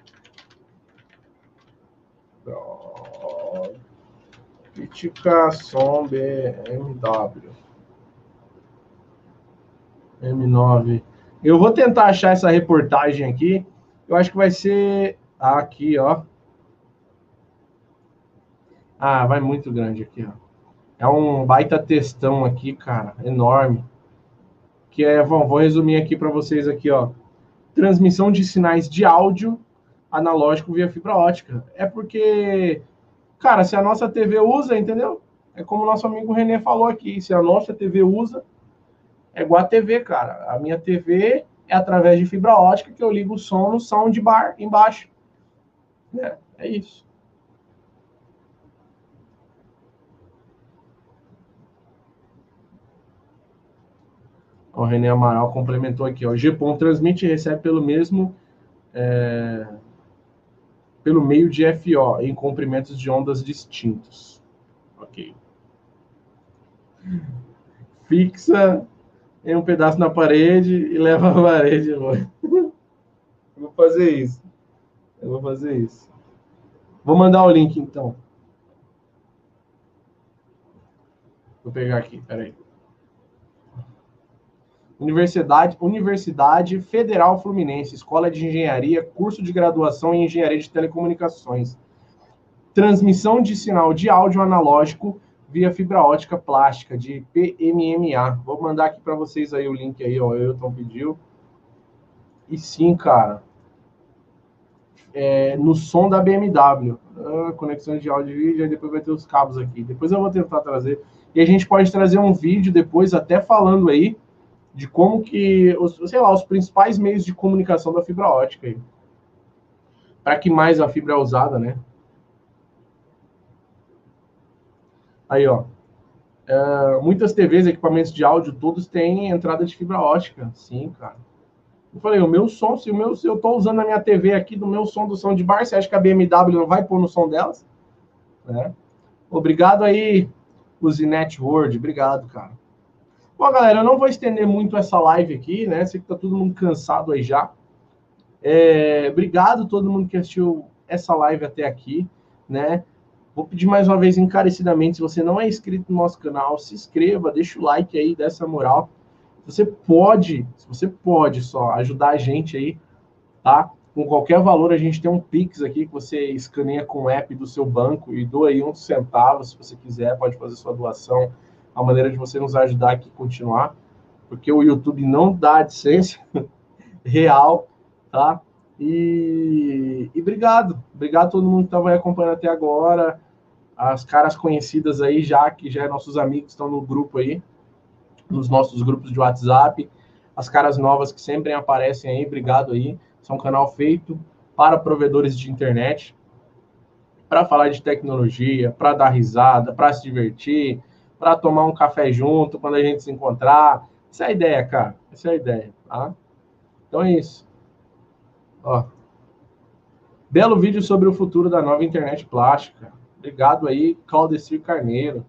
Crítica som BMW. M9. Eu vou tentar achar essa reportagem aqui. Eu acho que vai ser aqui, ó. Ah, vai muito grande aqui, ó. É um baita textão aqui, cara, enorme. Que é, vou resumir aqui para vocês aqui, ó. Transmissão de sinais de áudio analógico via fibra ótica. É porque, cara, se a nossa TV usa, entendeu? É como o nosso amigo René falou aqui, se a nossa TV usa, é igual a TV, cara. A minha TV é através de fibra ótica que eu ligo o som no soundbar embaixo. É isso. O René Amaral complementou aqui, ó. O GPON transmite e recebe pelo meio de FO, em comprimentos de ondas distintos. Ok. Fixa em um pedaço na parede e leva a parede longe. Eu vou fazer isso. Vou mandar o link, então. Vou pegar aqui, peraí. Universidade Federal Fluminense, Escola de Engenharia, curso de graduação em Engenharia de Telecomunicações. Transmissão de sinal de áudio analógico via fibra ótica plástica, de PMMA. Vou mandar aqui para vocês aí o link aí, ó, o Elton pediu. E sim, cara, no som da BMW. Conexão de áudio e vídeo, aí depois vai ter os cabos aqui. Depois eu vou tentar trazer. E a gente pode trazer um vídeo depois até falando aí de como que, os principais meios de comunicação da fibra ótica. Para que mais a fibra é usada, né? Aí, ó. Muitas TVs, equipamentos de áudio, todos têm entrada de fibra ótica. Sim, cara. Eu falei, o meu som, se eu estou usando a minha TV aqui, do meu som do soundbar, você acha que a BMW não vai pôr no som delas? Né? Obrigado aí, Usinet Word. Obrigado, cara. Bom, galera, eu não vou estender muito essa live aqui, né? Sei que tá todo mundo cansado aí já. Obrigado a todo mundo que assistiu essa live até aqui, né? Vou pedir mais uma vez encarecidamente, se você não é inscrito no nosso canal, se inscreva, deixa o like aí, dá essa moral. Se você pode só ajudar a gente aí, tá? Com qualquer valor, a gente tem um Pix aqui que você escaneia com o app do seu banco e doa aí uns centavos, se você quiser, pode fazer sua doação. A maneira de você nos ajudar aqui a continuar, porque o YouTube não dá AdSense real, tá? E obrigado a todo mundo que estava acompanhando até agora, as caras conhecidas aí já, que já nossos amigos estão no grupo aí, nos nossos grupos de WhatsApp, as caras novas que sempre aparecem aí, obrigado aí. São um canal feito para provedores de internet, para falar de tecnologia, para dar risada, para se divertir, para tomar um café junto quando a gente se encontrar. Essa é a ideia, cara. Essa é a ideia, tá? Então é isso. Ó. Belo vídeo sobre o futuro da nova internet plástica. Obrigado aí, Claudecir Carneiro.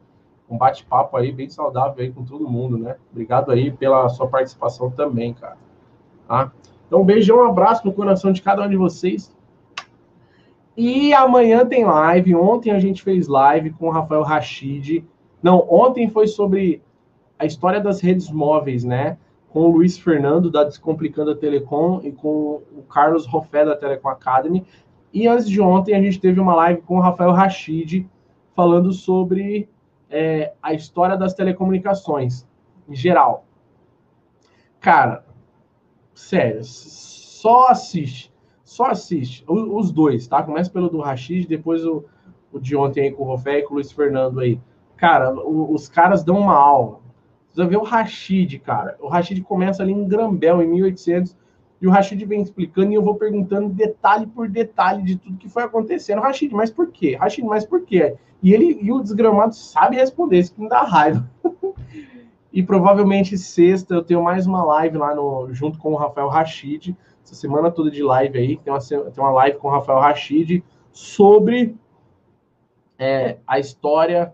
um bate-papo aí bem saudável aí com todo mundo, né? Obrigado aí pela sua participação também, cara. Tá? Então, um beijão, um abraço no coração de cada um de vocês. E amanhã tem live. Ontem a gente fez live com o Rafael Rachid. Não, ontem foi sobre a história das redes móveis, né? Com o Luiz Fernando, da Descomplicando a Telecom, e com o Carlos Roffé, da Telecom Academy. E antes de ontem, a gente teve uma live com o Rafael Rachid, falando sobre a história das telecomunicações, em geral. Cara, sério, só assiste. Os dois, tá? Começa pelo do Rachid, depois o de ontem aí com o Roffé e com o Luiz Fernando aí. Cara, os caras dão uma aula. Você vai ver o Rachid, cara. O Rachid começa ali em Grambel, em 1800, e o Rachid vem explicando e eu vou perguntando detalhe por detalhe de tudo que foi acontecendo. Rachid, mas por quê? Rachid, mas por quê? E o desgramado sabe responder, isso que me dá raiva. E provavelmente sexta eu tenho mais uma live lá junto com o Rafael Rachid, essa semana toda de live aí, tem uma live com o Rafael Rachid sobre a história...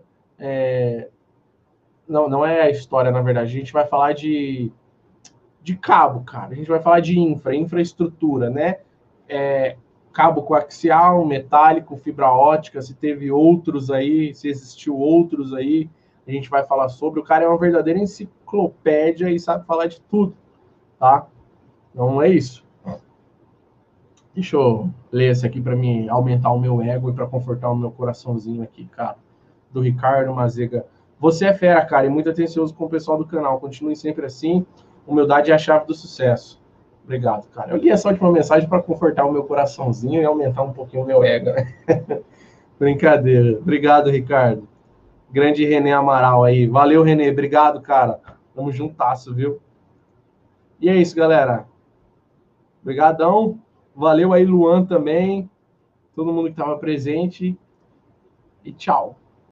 Não é a história, na verdade. A gente vai falar de cabo, cara. A gente vai falar de infraestrutura, né? Cabo coaxial, metálico, fibra ótica, se teve outros aí, se existiu outros aí, a gente vai falar sobre. O cara é uma verdadeira enciclopédia e sabe falar de tudo, tá? Então é isso. Deixa eu ler esse aqui para me aumentar o meu ego e para confortar o meu coraçãozinho aqui, cara. Do Ricardo Mazega. Você é fera, cara, e muito atencioso com o pessoal do canal. Continue sempre assim. Humildade é a chave do sucesso. Obrigado, cara. Eu li essa última mensagem para confortar o meu coraçãozinho e aumentar um pouquinho o meu ego, né? Brincadeira. Obrigado, Ricardo. Grande Renê Amaral aí. Valeu, Renê. Obrigado, cara. Tamo juntasso, viu? E é isso, galera. Obrigadão. Valeu aí, Luan, também. Todo mundo que estava presente. E tchau.